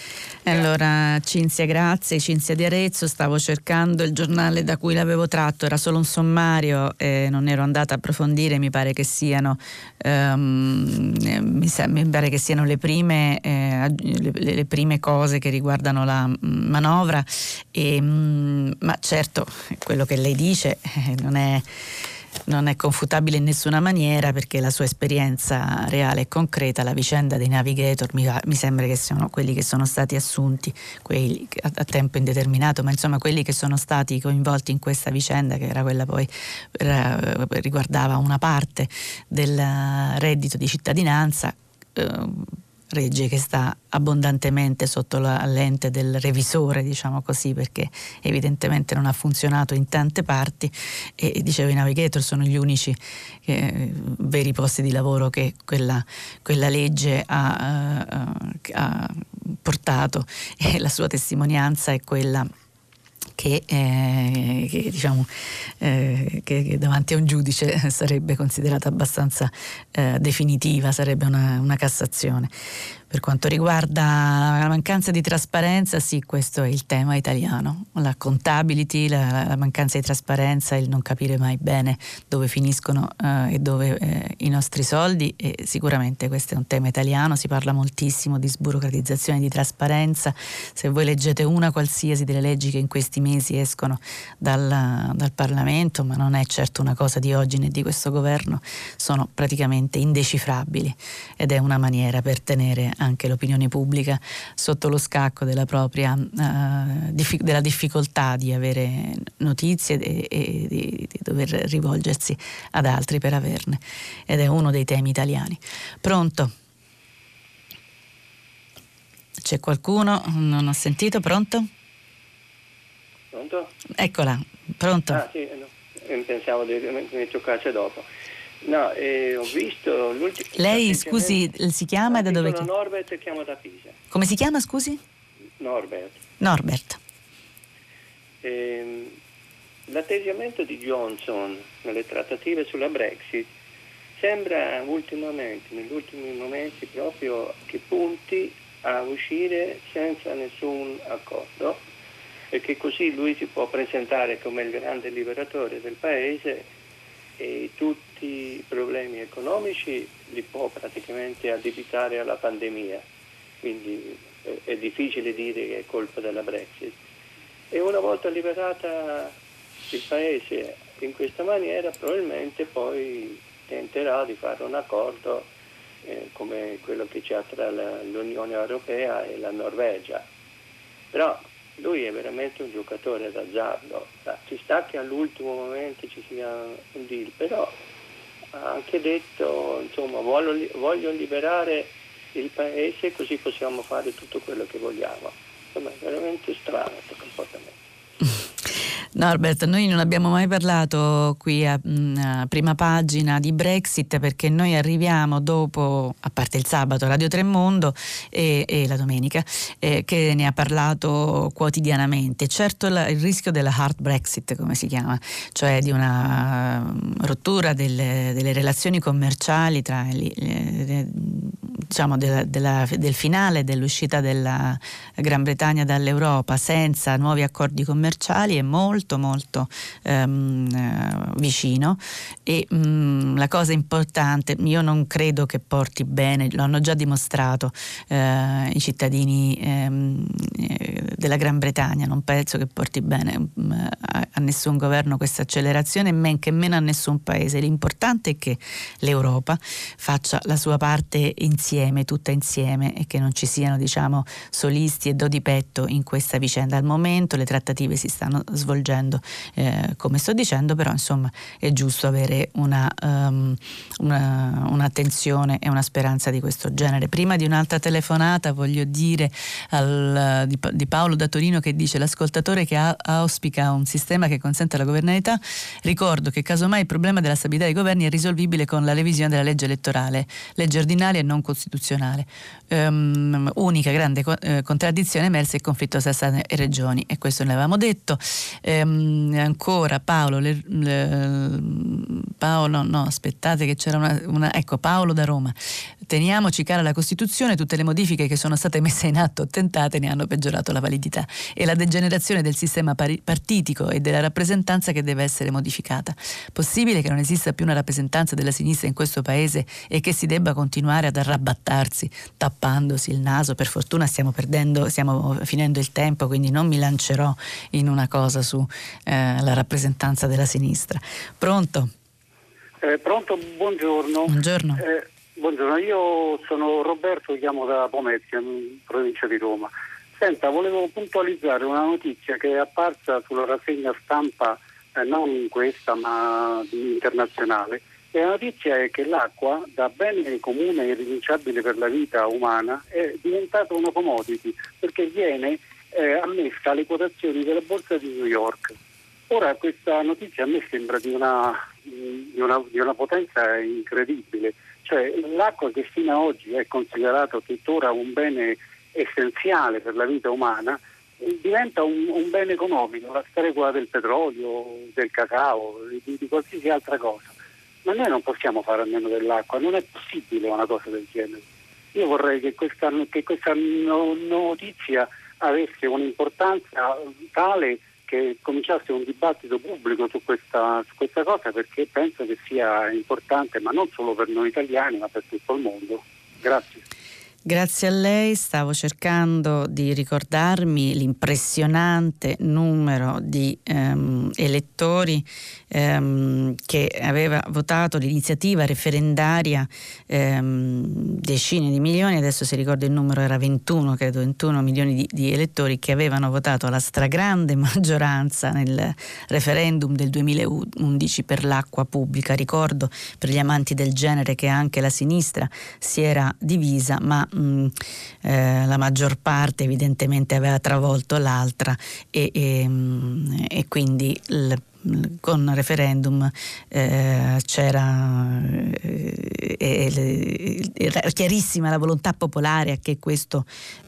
Allora, Cinzia, grazie. Cinzia di Arezzo, stavo cercando il giornale da cui l'avevo tratto, era solo un sommario e non ero andata a approfondire, mi pare che siano um, mi, sa, mi pare che siano le prime, eh, le, le prime cose che riguardano la manovra, e, um, ma certo quello che lei dice eh, non è non è confutabile in nessuna maniera, perché la sua esperienza reale e concreta, la vicenda dei navigator, mi, mi sembra che siano quelli che sono stati assunti, quelli a, a tempo indeterminato, ma insomma quelli che sono stati coinvolti in questa vicenda, che era quella poi era, riguardava una parte del reddito di cittadinanza, eh, regge che sta abbondantemente sotto la lente del revisore, diciamo così, perché evidentemente non ha funzionato in tante parti, e dicevo i navigator sono gli unici eh, veri posti di lavoro che quella, quella legge ha, uh, ha portato, e la sua testimonianza è quella Che, eh, che diciamo eh, che, che davanti a un giudice sarebbe considerata abbastanza eh, definitiva, sarebbe una, una Cassazione. Per quanto riguarda la mancanza di trasparenza, sì, questo è il tema italiano, la accountability, la, la mancanza di trasparenza, il non capire mai bene dove finiscono eh, e dove eh, i nostri soldi, e sicuramente questo è un tema italiano. Si parla moltissimo di sburocratizzazione, di trasparenza. Se voi leggete una qualsiasi delle leggi che in questi mesi escono dal, dal Parlamento, ma non è certo una cosa di oggi né di questo governo, sono praticamente indecifrabili, ed è una maniera per tenere anche l'opinione pubblica sotto lo scacco della propria uh, diffi- della difficoltà di avere notizie e, e di, di dover rivolgersi ad altri per averne, ed è uno dei temi italiani. Pronto? C'è qualcuno? Non ho sentito. Pronto? Pronto? Eccola, pronto? Ah sì, no. Pensavo di mi toccasse dopo. No, eh, ho visto l'ultimo. Lei, scusi, si chiama e da dove? Sono Norbert e chiamo da Pisa. Come si chiama, scusi? Norbert. Norbert. Eh, l'atteggiamento di Johnson nelle trattative sulla Brexit sembra ultimamente, negli ultimi momenti, proprio che punti a uscire senza nessun accordo, e che così lui si può presentare come il grande liberatore del paese, e tutti i problemi economici li può praticamente addebitare alla pandemia, quindi è, è difficile dire che è colpa della Brexit. E una volta liberata il paese in questa maniera, probabilmente poi tenterà di fare un accordo eh, come quello che c'è tra la, l'Unione Europea e la Norvegia. Però lui è veramente un giocatore d'azzardo. Ci sta che all'ultimo momento ci sia un deal, però ha anche detto, insomma, voglio, voglio liberare il paese così possiamo fare tutto quello che vogliamo. Insomma, è veramente strano questo comportamento. Norbert, noi non abbiamo mai parlato qui a, a Prima Pagina di Brexit, perché noi arriviamo dopo, a parte il sabato, Radio Tremondo e, e la domenica, eh, che ne ha parlato quotidianamente. Certo, la, il rischio della hard Brexit, come si chiama, cioè di una uh, rottura delle, delle relazioni commerciali tra le, le, diciamo della, della, del finale dell'uscita della Gran Bretagna dall'Europa senza nuovi accordi commerciali è molto molto ehm, vicino, e mh, la cosa importante, io non credo che porti bene, lo hanno già dimostrato eh, i cittadini ehm, della Gran Bretagna, non penso che porti bene mh, a, a nessun governo questa accelerazione, men che meno a nessun paese. L'importante è che l'Europa faccia la sua parte insieme, tutta insieme, e che non ci siano, diciamo, solisti e do di petto in questa vicenda. Al momento le trattative si stanno svolgendo Eh, come sto dicendo, però insomma è giusto avere una, um, una, un'attenzione e una speranza di questo genere. Prima di un'altra telefonata voglio dire al, di, di Paolo da Torino, che dice: l'ascoltatore che ha, auspica un sistema che consente la governabilità, ricordo che casomai il problema della stabilità dei governi è risolvibile con la revisione della legge elettorale, legge ordinaria e non costituzionale. Um, unica grande co- eh, contraddizione emersa è il conflitto tra Stato e regioni, e questo ne avevamo detto. Eh, ancora Paolo le, le, Paolo no aspettate che c'era una, una ecco Paolo da Roma teniamoci cara la Costituzione, tutte le modifiche che sono state messe in atto o tentate ne hanno peggiorato la validità, e la degenerazione del sistema pari- partitico e della rappresentanza che deve essere modificata. Possibile che non esista più una rappresentanza della sinistra in questo paese e che si debba continuare ad arrabattarsi tappandosi il naso? Per fortuna stiamo perdendo, stiamo finendo il tempo, quindi non mi lancerò in una cosa su eh, la rappresentanza della sinistra. Pronto? Eh, pronto, buongiorno. Buongiorno. Eh, buongiorno, io sono Roberto, chiamo da Pomezia, in provincia di Roma. Senta, volevo puntualizzare una notizia che è apparsa sulla rassegna stampa, eh, non questa ma internazionale. E la notizia è che l'acqua, da bene comune e irrinunciabile per la vita umana, è diventata una commodity, perché viene eh, ammessa alle quotazioni della borsa di New York. Ora questa notizia a me sembra di una, di una, di una potenza incredibile, cioè l'acqua che fino ad oggi è considerato tuttora un bene essenziale per la vita umana diventa un, un bene economico, la stregua del petrolio, del cacao, di, di qualsiasi altra cosa. Ma noi non possiamo fare a meno dell'acqua, non è possibile una cosa del genere. Io vorrei che questa, che questa no, notizia avesse un'importanza tale che cominciasse un dibattito pubblico su questa, su questa cosa, perché penso che sia importante, ma non solo per noi italiani, ma per tutto il mondo. Grazie. Grazie a lei. Stavo cercando di ricordarmi l'impressionante numero di ehm, elettori ehm, che aveva votato l'iniziativa referendaria, ehm, decine di milioni, adesso si ricorda il numero era ventuno, credo ventuno milioni di, di elettori che avevano votato la stragrande maggioranza nel referendum del duemilaundici per l'acqua pubblica. Ricordo per gli amanti del genere che anche la sinistra si era divisa, ma mh, eh, la maggior parte evidentemente aveva travolto l'altra e, e, mh, e quindi il con referendum eh, c'era eh, eh, era chiarissima la volontà popolare a che questo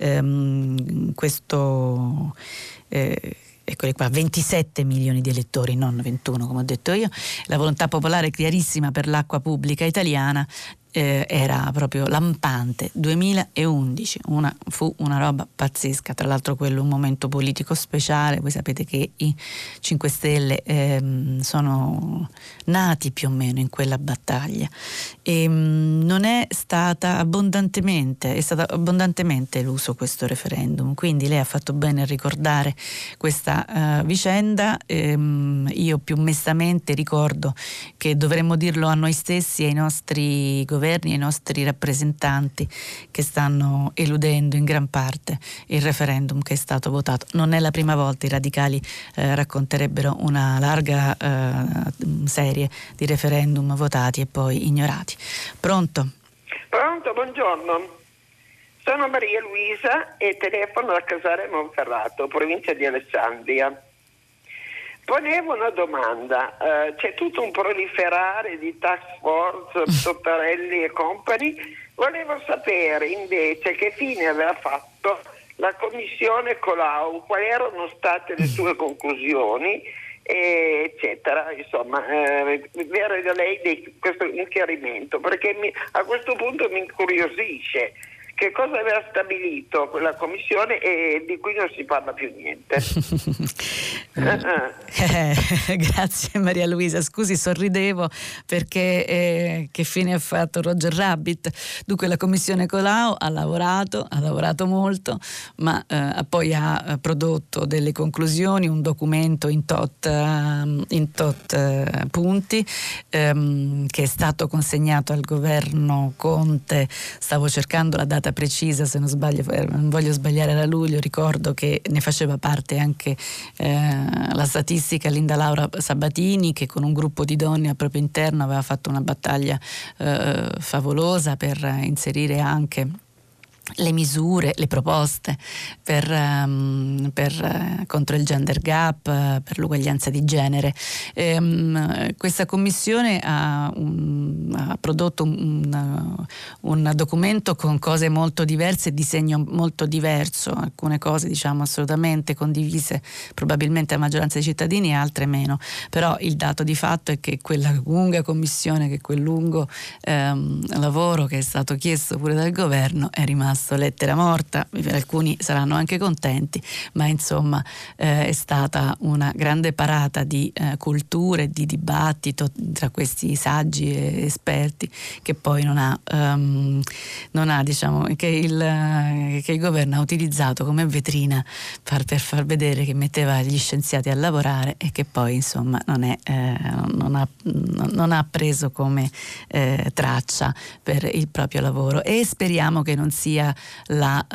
ehm, questo eh, eccoli qua, ventisette milioni di elettori, non ventuno come ho detto io, la volontà popolare chiarissima per l'acqua pubblica italiana eh, era proprio lampante. duemilaundici una, fu una roba pazzesca, tra l'altro quello un momento politico speciale. Voi sapete che i cinque Stelle ehm, sono nati più o meno in quella battaglia e mh, non è stata abbondantemente è stato abbondantemente eluso questo referendum, quindi lei ha fatto bene a ricordare questa uh, vicenda. Ehm, io più mestamente ricordo che dovremmo dirlo a noi stessi e ai nostri governi, ai nostri rappresentanti che stanno eludendo in gran parte il referendum che è stato votato. Non è la prima volta, i radicali eh, racconterebbero una larga eh, serie di referendum votati e poi ignorati. Pronto? Pronto, buongiorno. Sono Maria Luisa e telefono da Casale Monferrato, provincia di Alessandria. Ponevo una domanda, uh, c'è tutto un proliferare di task force, Tottarelli e compagni. Volevo sapere invece che fine aveva fatto la commissione Colau, quali erano state le sue conclusioni, eccetera. Insomma, eh, avere da lei dei, questo un chiarimento, perché mi, a questo punto mi incuriosisce. Che cosa aveva stabilito quella commissione e di cui non si parla più niente? eh, grazie Maria Luisa, scusi, sorridevo perché eh, che fine ha fatto Roger Rabbit? Dunque la commissione Colau ha lavorato, ha lavorato molto, ma eh, poi ha prodotto delle conclusioni, un documento in tot, uh, in tot uh, punti um, che è stato consegnato al governo Conte. Stavo cercando la data precisa, se non sbaglio, non voglio sbagliare, era luglio. Ricordo che ne faceva parte anche eh, la statistica Linda Laura Sabatini, che con un gruppo di donne al proprio interno aveva fatto una battaglia eh, favolosa per inserire anche le misure, le proposte per, um, per, uh, contro il gender gap, uh, per l'uguaglianza di genere. Um, questa commissione ha, un, ha prodotto un, un, un documento con cose molto diverse, disegno molto diverso, alcune cose diciamo assolutamente condivise probabilmente dalla maggioranza dei cittadini e altre meno, però il dato di fatto è che quella lunga commissione, che quel lungo um, lavoro che è stato chiesto pure dal governo è rimasto lettera morta. Alcuni saranno anche contenti, ma insomma eh, è stata una grande parata di eh, culture, di dibattito tra questi saggi e esperti che poi non ha, um, non ha diciamo che il, che il governo ha utilizzato come vetrina per, per far vedere che metteva gli scienziati a lavorare e che poi insomma non, è, eh, non, ha, non ha preso come eh, traccia per il proprio lavoro, e speriamo che non sia La,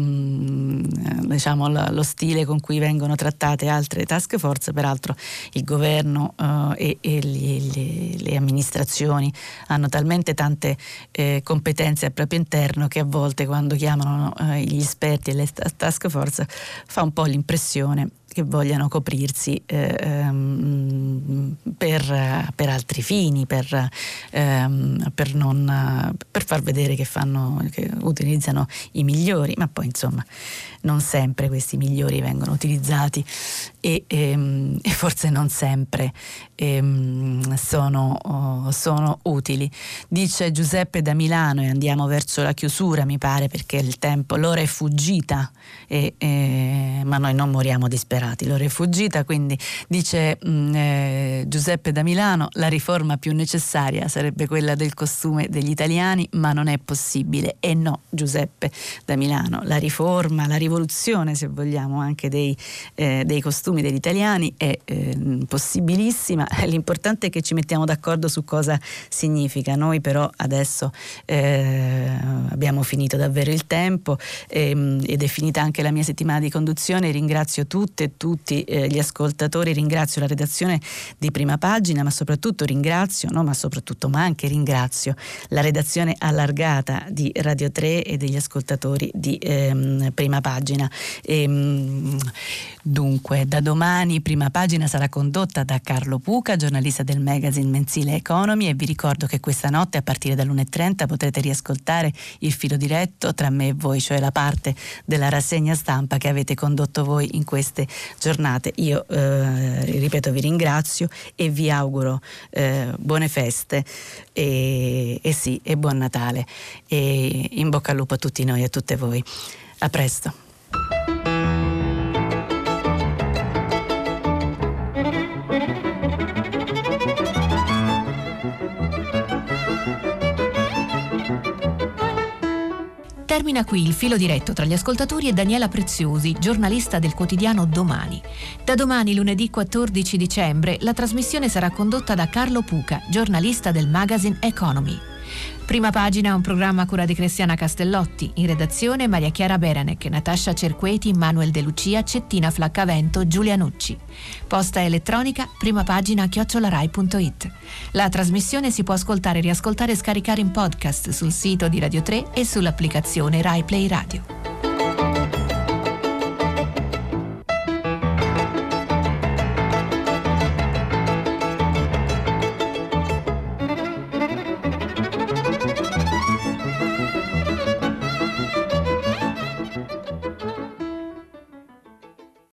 um, diciamo, la, lo stile con cui vengono trattate altre task force. Peraltro il governo uh, e, e gli, gli, le amministrazioni hanno talmente tante eh, competenze al proprio interno che a volte quando chiamano uh, gli esperti e le task force fa un po' l'impressione che vogliano coprirsi eh, um, per, per altri fini, per, um, per, non, per far vedere che fanno, che utilizzano i migliori, ma poi insomma non sempre questi migliori vengono utilizzati e, e, e forse non sempre e, sono, oh, sono utili. Dice Giuseppe da Milano, e andiamo verso la chiusura mi pare, perché il tempo, l'ora è fuggita e, e, ma noi non moriamo disperati, l'ora è fuggita, quindi dice mh, eh, Giuseppe da Milano: la riforma più necessaria sarebbe quella del costume degli italiani, ma non è possibile. E no, Giuseppe da Milano, la riforma, la rivoluzione se vogliamo anche dei, eh, dei costumi degli italiani è eh, possibilissima, l'importante è che ci mettiamo d'accordo su cosa significa. Noi però adesso eh, abbiamo finito davvero il tempo ehm, ed è finita anche la mia settimana di conduzione. Ringrazio tutte e tutti eh, gli ascoltatori, ringrazio la redazione di Prima Pagina, ma soprattutto ringrazio, no ma soprattutto ma anche ringrazio la redazione allargata di Radio tre e degli ascoltatori di ehm, Prima Pagina. E, dunque, da domani Prima Pagina sarà condotta da Carlo Puca, giornalista del magazine mensile Economy, e vi ricordo che questa notte a partire dall'una e trenta potrete riascoltare il filo diretto tra me e voi, cioè la parte della rassegna stampa che avete condotto voi in queste giornate. Io eh, ripeto, vi ringrazio e vi auguro eh, buone feste e, e sì, e buon Natale, e in bocca al lupo a tutti noi e a tutte voi. A presto. Termina qui il filo diretto tra gli ascoltatori e Daniela Preziosi, giornalista del quotidiano Domani. Da domani, lunedì quattordici dicembre, la trasmissione sarà condotta da Carlo Puca, giornalista del magazine Economy. Prima Pagina è un programma a cura di Cristiana Castellotti, in redazione Maria Chiara Beranec, Natascia Cerqueti, Manuel De Lucia, Cettina Flaccavento, Giulia Nucci. Posta elettronica primapagina chiocciola rai punto it. La trasmissione si può ascoltare, riascoltare e scaricare in podcast sul sito di Radio tre e sull'applicazione Rai Play Radio.